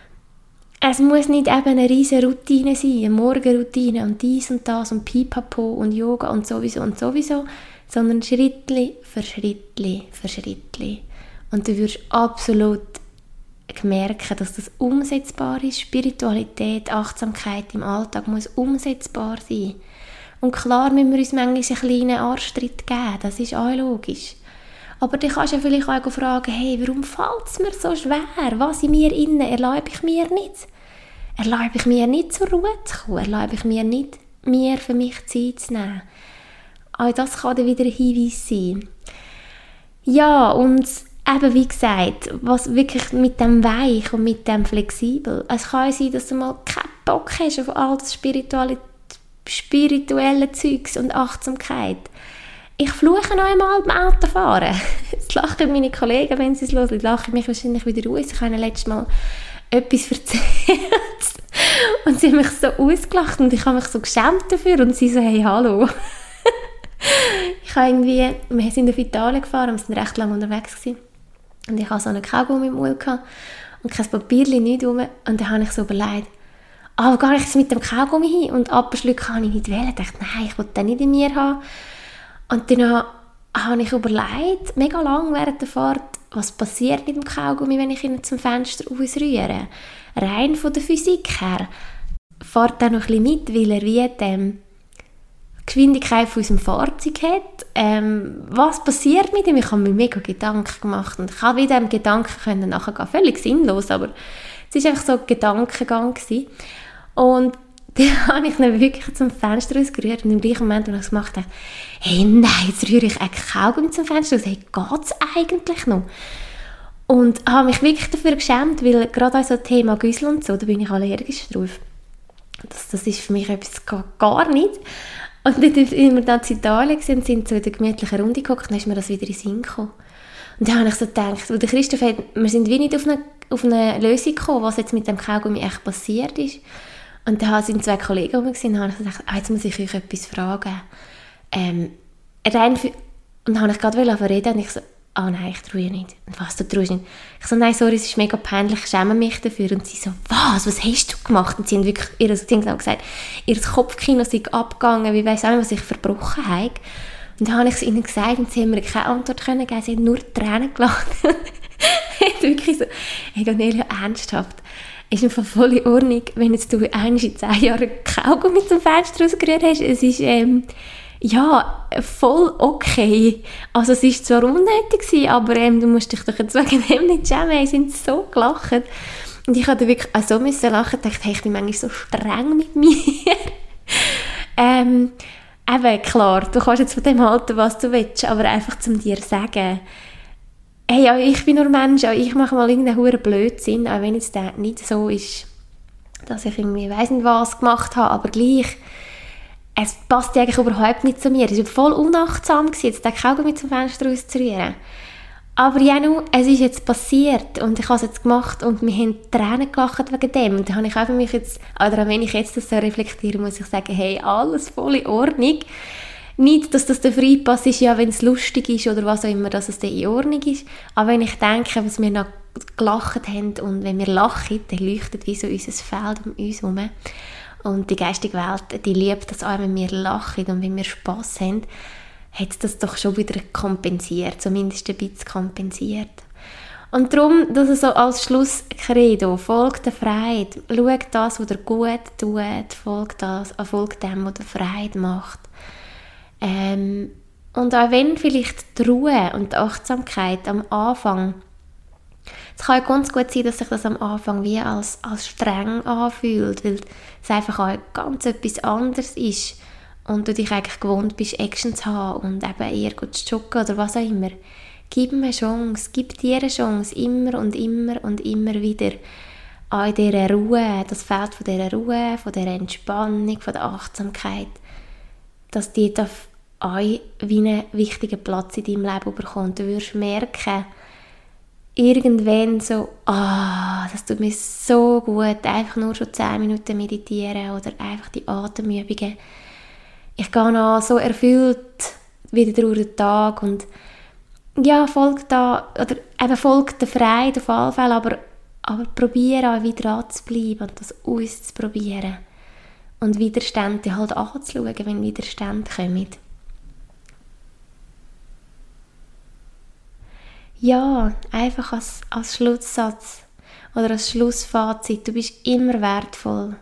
es muss nicht eben eine riesen Routine sein, eine Morgenroutine und dies und das und Pipapo und Yoga und sowieso und sowieso, sondern Schrittli für Schrittli für Schrittli. Und du wirst absolut gemerkt, dass das umsetzbar ist. Spiritualität, Achtsamkeit im Alltag muss umsetzbar sein. Und klar müssen wir uns manchmal einen kleinen Arschtritt geben, das ist auch logisch. Aber dann kannst du ja vielleicht auch fragen, hey, warum fällt es mir so schwer? Was in mir innen erlaube ich mir nicht? Erlaube ich mir nicht zur Ruhe zu kommen? Erlaube ich mir nicht, mir für mich Zeit zu nehmen? Auch das kann dann wieder ein Hinweis sein. Ja, und eben wie gesagt, was wirklich mit dem Weich und mit dem Flexibel. Es kann sein, dass du mal keinen Bock hast auf all das spirituelle, spirituelle Zeugs und Achtsamkeit. Ich fluche noch einmal beim Autofahren. Jetzt lachen meine Kollegen, wenn sie es hören, lachen mich wahrscheinlich wieder aus. Ich habe ihnen letztes Mal etwas erzählt und sie haben mich so ausgelacht und ich habe mich so geschämt dafür und sie so, hey, hallo. Ich habe irgendwie, wir sind auf Italien gefahren, wir waren recht lange unterwegs gewesen. Und ich hatte so einen Kaugummi im Mund und kein Papierchen, nichts rum. Und dann habe ich so überlegt, ah, wo gehe ich jetzt mit dem Kaugummi hin? Und abschlucken kann ich nicht wählen. Ich dachte, nein, ich will den nicht in mir haben. Und dann habe ich überlegt, mega lang während der Fahrt, was passiert mit dem Kaugummi, wenn ich ihn zum Fenster ausrühre. Rein von der Physik her. Fährt er noch ein bisschen mit, weil er wie die Geschwindigkeit von unserem Fahrzeug hat. Ähm, was passiert mit ihm? Ich habe mir mega Gedanken gemacht und ich habe wieder dem Gedanken nachgehen. Völlig sinnlos, aber es war einfach so ein Gedankengang gewesen. Und dann habe ich ihn wirklich zum Fenster ausgerührt und im gleichen Moment, als ich es gemacht habe, hey, nein, jetzt rühre ich eigentlich Kaugummi zum Fenster aus. Hey, geht es eigentlich noch? Und habe mich wirklich dafür geschämt, weil gerade auch so Thema Güssel und so, da bin ich allergisch drauf. Das, das ist für mich etwas gar nicht. Und dann sind wir dann in Italien und sind so in der gemütlichen Runde geguckt und dann ist mir das wieder in den Sinn gekommen. Und dann habe ich so gedacht, weil der Christoph hat, wir sind wie nicht auf eine, auf eine Lösung gekommen, was jetzt mit dem Kaugummi echt passiert ist. Und dann sind zwei Kollegen rum und dann habe ich gedacht, ah, jetzt muss ich euch etwas fragen. Ähm, rein für, und dann habe ich gerade reden und ich so, ah oh nein, ich traue nicht. Und was, du traust nicht? Ich so, nein, sorry, es ist mega peinlich, ich schäme mich dafür. Und sie so, was, was hast du gemacht? Und sie haben wirklich, ihr, sie haben genau gesagt, ihr Kopfkino sei abgegangen, wie weiss auch nicht, was ich verbrochen habe. Und dann habe ich es ihnen gesagt und sie haben mir keine Antwort können geben, sie haben nur Tränen gelacht. Ich wirklich so, hey Cornelia, ernsthaft, ist einfach voll in Ordnung, wenn jetzt du einmal in zehn Jahren Kaugummi zum Fenster rausgerührt hast. Es ist, ähm, ja, voll okay. Also es war zwar unnötig gewesen, aber ähm, du musst dich doch jetzt wegen dem nicht schämen. Sie sind so gelacht. Und ich musste wirklich auch so müssen lachen und dachte, hey, ich bin manchmal so streng mit mir. ähm, eben, klar, du kannst jetzt von dem halten, was du willst, aber einfach zum dir sagen, hey, ja, ich bin nur Mensch, auch ich mache mal irgendeinen huere Blödsinn, auch wenn es dann nicht so ist, dass ich irgendwie weiss nicht was gemacht habe, aber gleich, es passt eigentlich überhaupt nicht zu mir. Es war voll unachtsam, jetzt den Kaugummi zum Fenster rauszurühren. Aber ja, nu, es ist jetzt passiert und ich habe es jetzt gemacht und wir haben Tränen gelacht wegen dem. Und dann habe ich auch für mich jetzt, oder wenn ich jetzt das so reflektiere, muss ich sagen, hey, alles voll in Ordnung. Nicht, dass das der Freipass ist, ja, wenn es lustig ist oder was auch immer, dass es dann in Ordnung ist. Aber wenn ich denke, was wir noch gelacht haben und wenn wir lachen, dann leuchtet wie so unser Feld um uns herum. Und die geistige Welt, die liebt das auch, wenn wir lachen und wenn wir Spass haben, hat das doch schon wieder kompensiert, zumindest ein bisschen kompensiert. Und darum, dass er so als Schlusskredo, folgt der Freude, schau das, was dir gut tut, folgt das, folgt dem, was dir Freude macht. Ähm, und auch wenn vielleicht die Ruhe und die Achtsamkeit am Anfang, es kann ja ganz gut sein, dass sich das am Anfang wie als, als streng anfühlt, weil es einfach auch ganz etwas anderes ist und du dich eigentlich gewohnt bist, Action zu haben und eben eher gut zu joggen oder was auch immer. Gib mir eine Chance, gib dir eine Chance, immer und immer und immer wieder auch in dieser Ruhe, das Feld von dieser Ruhe, von dieser Entspannung, von der Achtsamkeit, dass die da auch wie einen wichtigen Platz in deinem Leben bekommt. Du wirst merken, irgendwann so, ah, das tut mir so gut, einfach nur schon zehn Minuten meditieren oder einfach die Atemübungen. Ich gehe noch so erfüllt wieder durch den Tag und ja, folgt da, oder eben folgt der Freude auf alle Fälle, aber, aber probiere auch wieder dran zu bleiben und das auszuprobieren. Und Widerstände halt anzuschauen, wenn Widerstände kommen. Ja, einfach als, als Schlusssatz. oder als Schlussfazit, du bist immer wertvoll.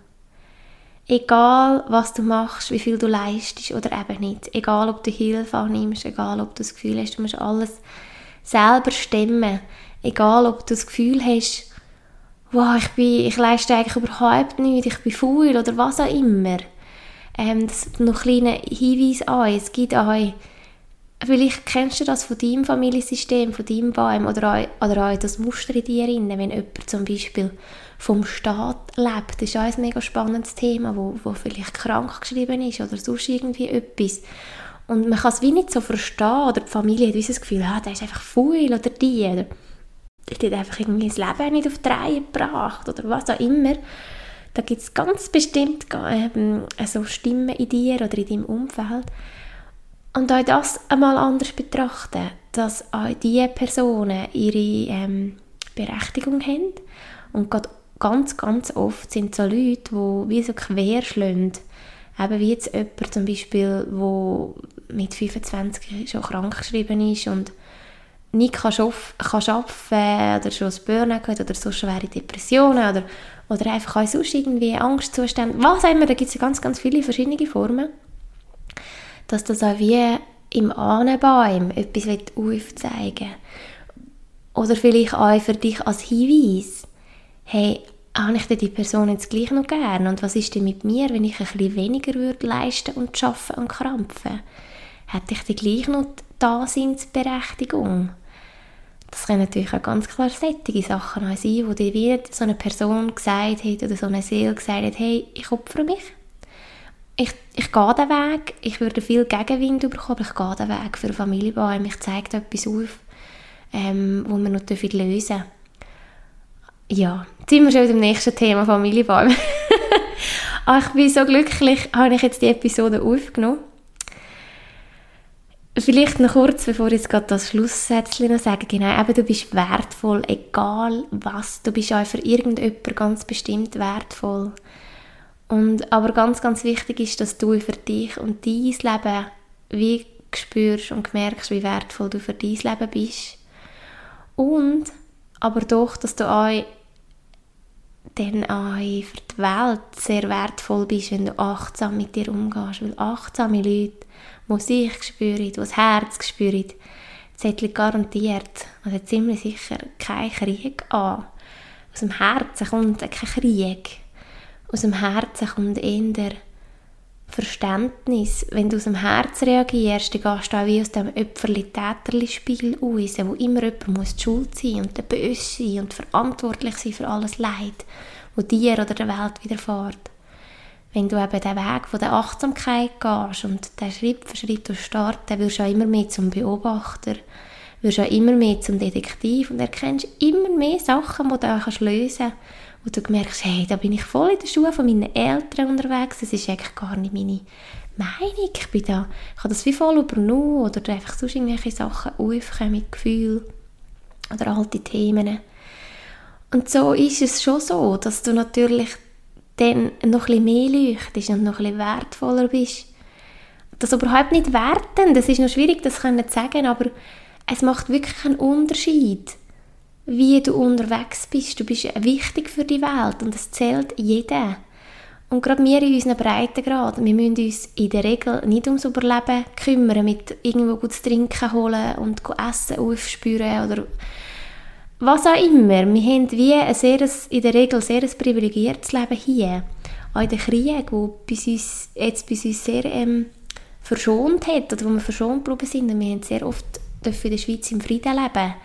Egal, was du machst, wie viel du leistest oder eben nicht. Egal, ob du Hilfe annimmst, egal, ob du das Gefühl hast, du musst alles selber stemmen. Egal, ob du das Gefühl hast, wow, ich, bin, ich leiste eigentlich überhaupt nichts, ich bin faul oder was auch immer. Ähm, das ist noch ein kleiner Hinweis an, es gibt auch, vielleicht kennst du das von deinem Familiensystem, von deinem Baum oder auch, oder auch das Muster in dir drin, wenn jemand zum Beispiel vom Staat lebt. Das ist auch ein mega spannendes Thema, wo, wo vielleicht krank geschrieben ist oder sonst irgendwie etwas. Und man kann es wie nicht so verstehen, oder die Familie hat das Gefühl, ah, der ist einfach faul oder die, oder die hat einfach irgendwie das Leben nicht auf die Reihe gebracht oder was auch immer. Da gibt es ganz bestimmt ähm, so Stimmen in dir oder in deinem Umfeld. Und auch das einmal anders betrachten, dass auch diese Personen ihre ähm, Berechtigung haben. Und gerade ganz, ganz oft sind so Leute, die wie so querschlagen. Eben wie jetzt jemand zum Beispiel, der mit fünfundzwanzig schon krank geschrieben ist und nicht kann arbeiten oder schon ein Burnout hat oder so schwere Depressionen oder, oder einfach auch sonst irgendwie Angstzustände, was auch immer, da gibt es ja ganz, ganz viele verschiedene Formen, dass das auch wie im Ahnenbaum etwas aufzeigen will. Oder vielleicht auch für dich als Hinweis, hey, habe ich denn die Person jetzt gleich noch gern? Und was ist denn mit mir, wenn ich ein bisschen weniger würde leisten und arbeiten und krampfen? Hätte ich denn gleich noch die Daseinsberechtigung? Das können natürlich auch ganz klar solche Sachen sein, wo dir wie so eine Person gesagt hat oder so eine Seele gesagt hat, hey, ich opfere mich. Ich, ich gehe den Weg, ich würde viel Gegenwind bekommen, aber ich gehe den Weg für einen Familienbaum. Ich zeige etwas auf, ähm, wo wir noch lösen dürfen. Ja, jetzt sind wir schon beim nächsten Thema, Familienbaum. Ich bin so glücklich, habe ich jetzt die Episode aufgenommen. Vielleicht noch kurz, bevor ich jetzt gerade das Schlusssätzchen noch sage, genau, eben, du bist wertvoll, egal was, du bist auch für irgendjemanden ganz bestimmt wertvoll. Und, aber ganz, ganz wichtig ist, dass du für dich und dein Leben wie spürst und merkst, wie wertvoll du für dein Leben bist. Und aber doch, dass du auch dann auch für die Welt sehr wertvoll bist, wenn du achtsam mit dir umgehst. Weil achtsame Leute, die sich spüren, die das Herz spüren, zetteln garantiert, also ziemlich sicher, kein Krieg an. Aus dem Herzen kommt kein Krieg. Aus dem Herzen kommt eher Verständnis. Wenn du aus dem Herzen reagierst, dann gehst du auch wie aus dem Opferli-Täterli-Spiel raus, wo immer jemand muss die Schuld sein und der Böse sein und verantwortlich sein für alles Leid, das dir oder der Welt widerfährt. Wenn du eben den Weg von der Achtsamkeit gehst und den Schritt für Schritt startest, dann wirst du auch immer mehr zum Beobachter, wirst auch immer mehr zum Detektiv und erkennst immer mehr Sachen, die du auch lösen kannst, wo du merkst, hey, da bin ich voll in den Schuhen von meinen Eltern unterwegs, das ist eigentlich gar nicht meine Meinung, ich bin da, ich habe das wie voll übernommen oder einfach sonst irgendwelche Sachen aufkommen mit Gefühl oder alte Themen. Und so ist es schon so, dass du natürlich dann noch ein bisschen mehr leuchtest und noch ein bisschen wertvoller bist. Das überhaupt nicht werten, das ist noch schwierig, das zu sagen, aber es macht wirklich einen Unterschied, wie du unterwegs bist. Du bist wichtig für die Welt und es zählt jeder. Und gerade wir in unseren Breitengrad, wir müssen uns in der Regel nicht ums Überleben kümmern, mit irgendwo gut zu trinken holen und Essen aufspüren oder was auch immer. Wir haben wie ein sehr, in der Regel sehr ein privilegiertes Leben hier. Auch in den Krieg, der bis uns, jetzt bis uns sehr ähm, verschont hat, oder wo wir verschont geblieben sind. Und wir haben sehr oft in der Schweiz im Frieden leben.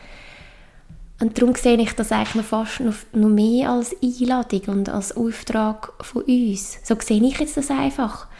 Und darum sehe ich das eigentlich noch fast noch, noch mehr als Einladung und als Auftrag von uns. So sehe ich jetzt das einfach.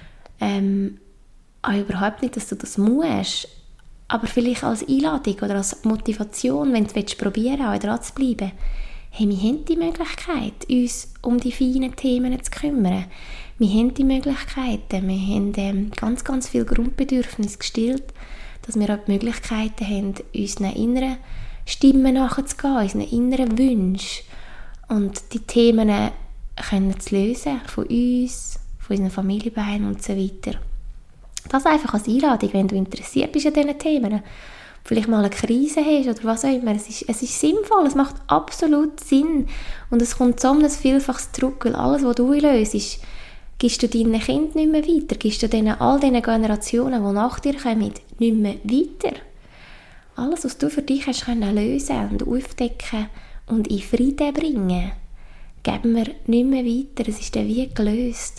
Ähm, auch überhaupt nicht, dass du das musst, aber vielleicht als Einladung oder als Motivation, wenn du es probieren willst, auch dran zu bleiben. Hey, wir haben die Möglichkeit, uns um die feinen Themen zu kümmern. Wir haben die Möglichkeiten, wir haben ähm, ganz, ganz viele Grundbedürfnisse gestillt, dass wir auch die Möglichkeiten haben, unseren inneren Stimmen nachzugehen, unseren inneren Wünschen und die Themen können zu lösen, von uns, von unseren Familienbeinen und so weiter. Das einfach als Einladung, wenn du interessiert bist an diesen Themen, vielleicht mal eine Krise hast oder was auch immer. Es ist, es ist sinnvoll, es macht absolut Sinn. Und es kommt so um ein Vielfaches zurück, weil alles, was du löst, gibst du deinen Kindern nicht mehr weiter, gibst du denen, all diesen Generationen, die nach dir kommen, nicht mehr weiter. Alles, was du für dich hast können lösen und aufdecken und in Frieden bringen, geben wir nicht mehr weiter. Es ist dann wie gelöst.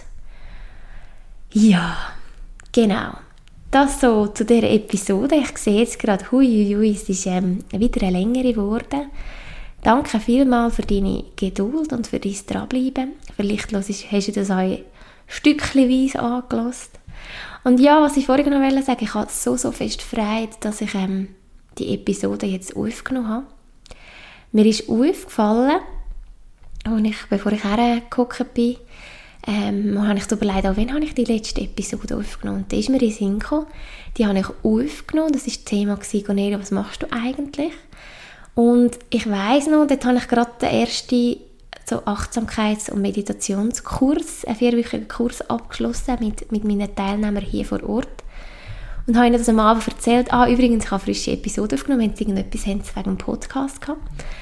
Ja, genau. Das so zu dieser Episode. Ich sehe jetzt gerade, hui, hui, hui, es ist ähm, wieder eine längere geworden. Danke vielmals für deine Geduld und für dein Dranbleiben. Vielleicht hast du das auch stückchenweise angehört. Und ja, was ich vorhin noch sagen wollte, ich habe so, so fest Freude, dass ich ähm, die Episode jetzt aufgenommen habe. Mir ist aufgefallen, als ich, bevor ich hergeguckt bin, ähm, habe ich so überlegt, auch wann habe ich die letzte Episode aufgenommen. Und da ist mir in den Sinn gekommen, die habe ich aufgenommen, das war das Thema, Cornelia, was machst du eigentlich? Und ich weiss noch, dort habe ich gerade den ersten so Achtsamkeits- und Meditationskurs, einen vierwöchigen Kurs abgeschlossen mit, mit meinen Teilnehmern hier vor Ort. Und habe ihnen das am Abend erzählt. Ah, übrigens, ich habe frische Episode aufgenommen, wenn sie irgendetwas haben, wegen dem Podcast gehabt.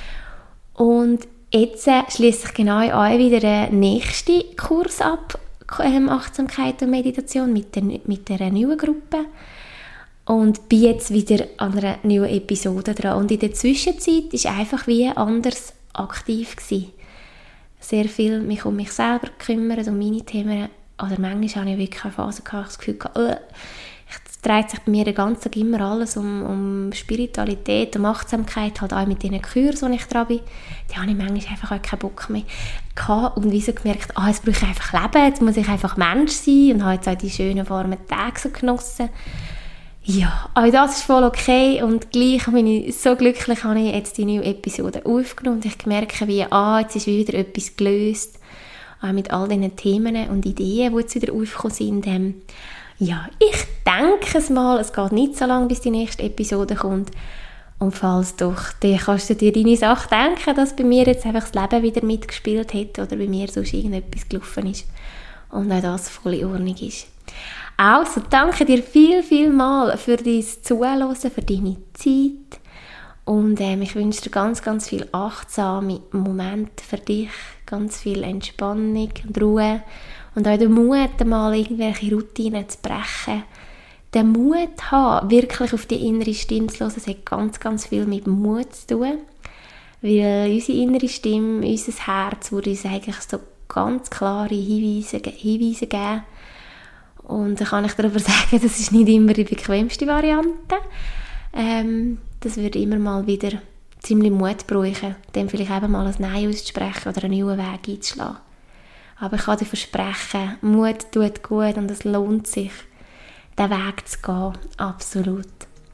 Und jetzt äh, schliesse ich genau an wieder den nächsten Kurs ab, ähm, Achtsamkeit und Meditation, mit der, mit der neuen Gruppe. Und bin jetzt wieder an einer neuen Episode dran. Und in der Zwischenzeit war einfach wie anders aktiv gewesen. Sehr viel mich um mich selber kümmern, um meine Themen. Oder manchmal hatte ich wirklich eine Phase, gehabt, das Gefühl, äh, es dreht sich bei mir den ganzen Tag immer alles um, um Spiritualität, um Achtsamkeit, halt auch mit diesen Kursen, wo ich dran bin. Die habe ich manchmal einfach auch keinen Bock mehr gehabt und wie so gemerkt, ah, jetzt brauche ich einfach Leben, jetzt muss ich einfach Mensch sein und habe jetzt auch die schönen warmen Tage so genossen. Ja, auch das ist voll okay und gleich bin ich so glücklich, habe ich jetzt die neue Episode aufgenommen und ich merke, wie, ah, jetzt ist wieder etwas gelöst, auch mit all diesen Themen und Ideen, die jetzt wieder aufgekommen sind. Ähm, ja, ich denke es mal, es geht nicht so lange, bis die nächste Episode kommt. Und falls doch, dann kannst du dir deine Sache denken, dass bei mir jetzt einfach das Leben wieder mitgespielt hat oder bei mir sonst irgendetwas gelaufen ist. Und auch das voll in Ordnung ist. Also, danke dir viel, viel mal für dein Zuhören, für deine Zeit. Und ähm, ich wünsche dir ganz, ganz viel achtsame Momente für dich, ganz viel Entspannung und Ruhe. Und auch den Mut, mal irgendwelche Routinen zu brechen. Den Mut haben, wirklich auf die innere Stimme zu hören, das hat ganz, ganz viel mit Mut zu tun. Weil unsere innere Stimme, unser Herz, würde uns eigentlich so ganz klare Hinweise, Hinweise geben. Und da kann ich darüber sagen, das ist nicht immer die bequemste Variante. Ähm, das würde immer mal wieder ziemlich Mut brauchen, dem vielleicht eben mal ein Nein auszusprechen oder einen neuen Weg einzuschlagen. Aber ich kann dir versprechen, Mut tut gut und es lohnt sich, den Weg zu gehen. Absolut.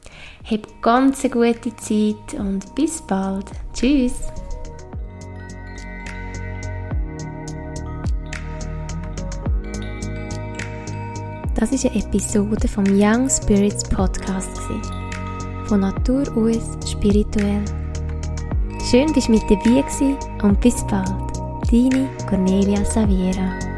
Hab ganz eine gute Zeit und bis bald. Tschüss. Das war eine Episode vom Young Spirits Podcast. Von Natur aus spirituell. Schön, dass du mit dabei warst und bis bald. Deine Cornelia Saviera.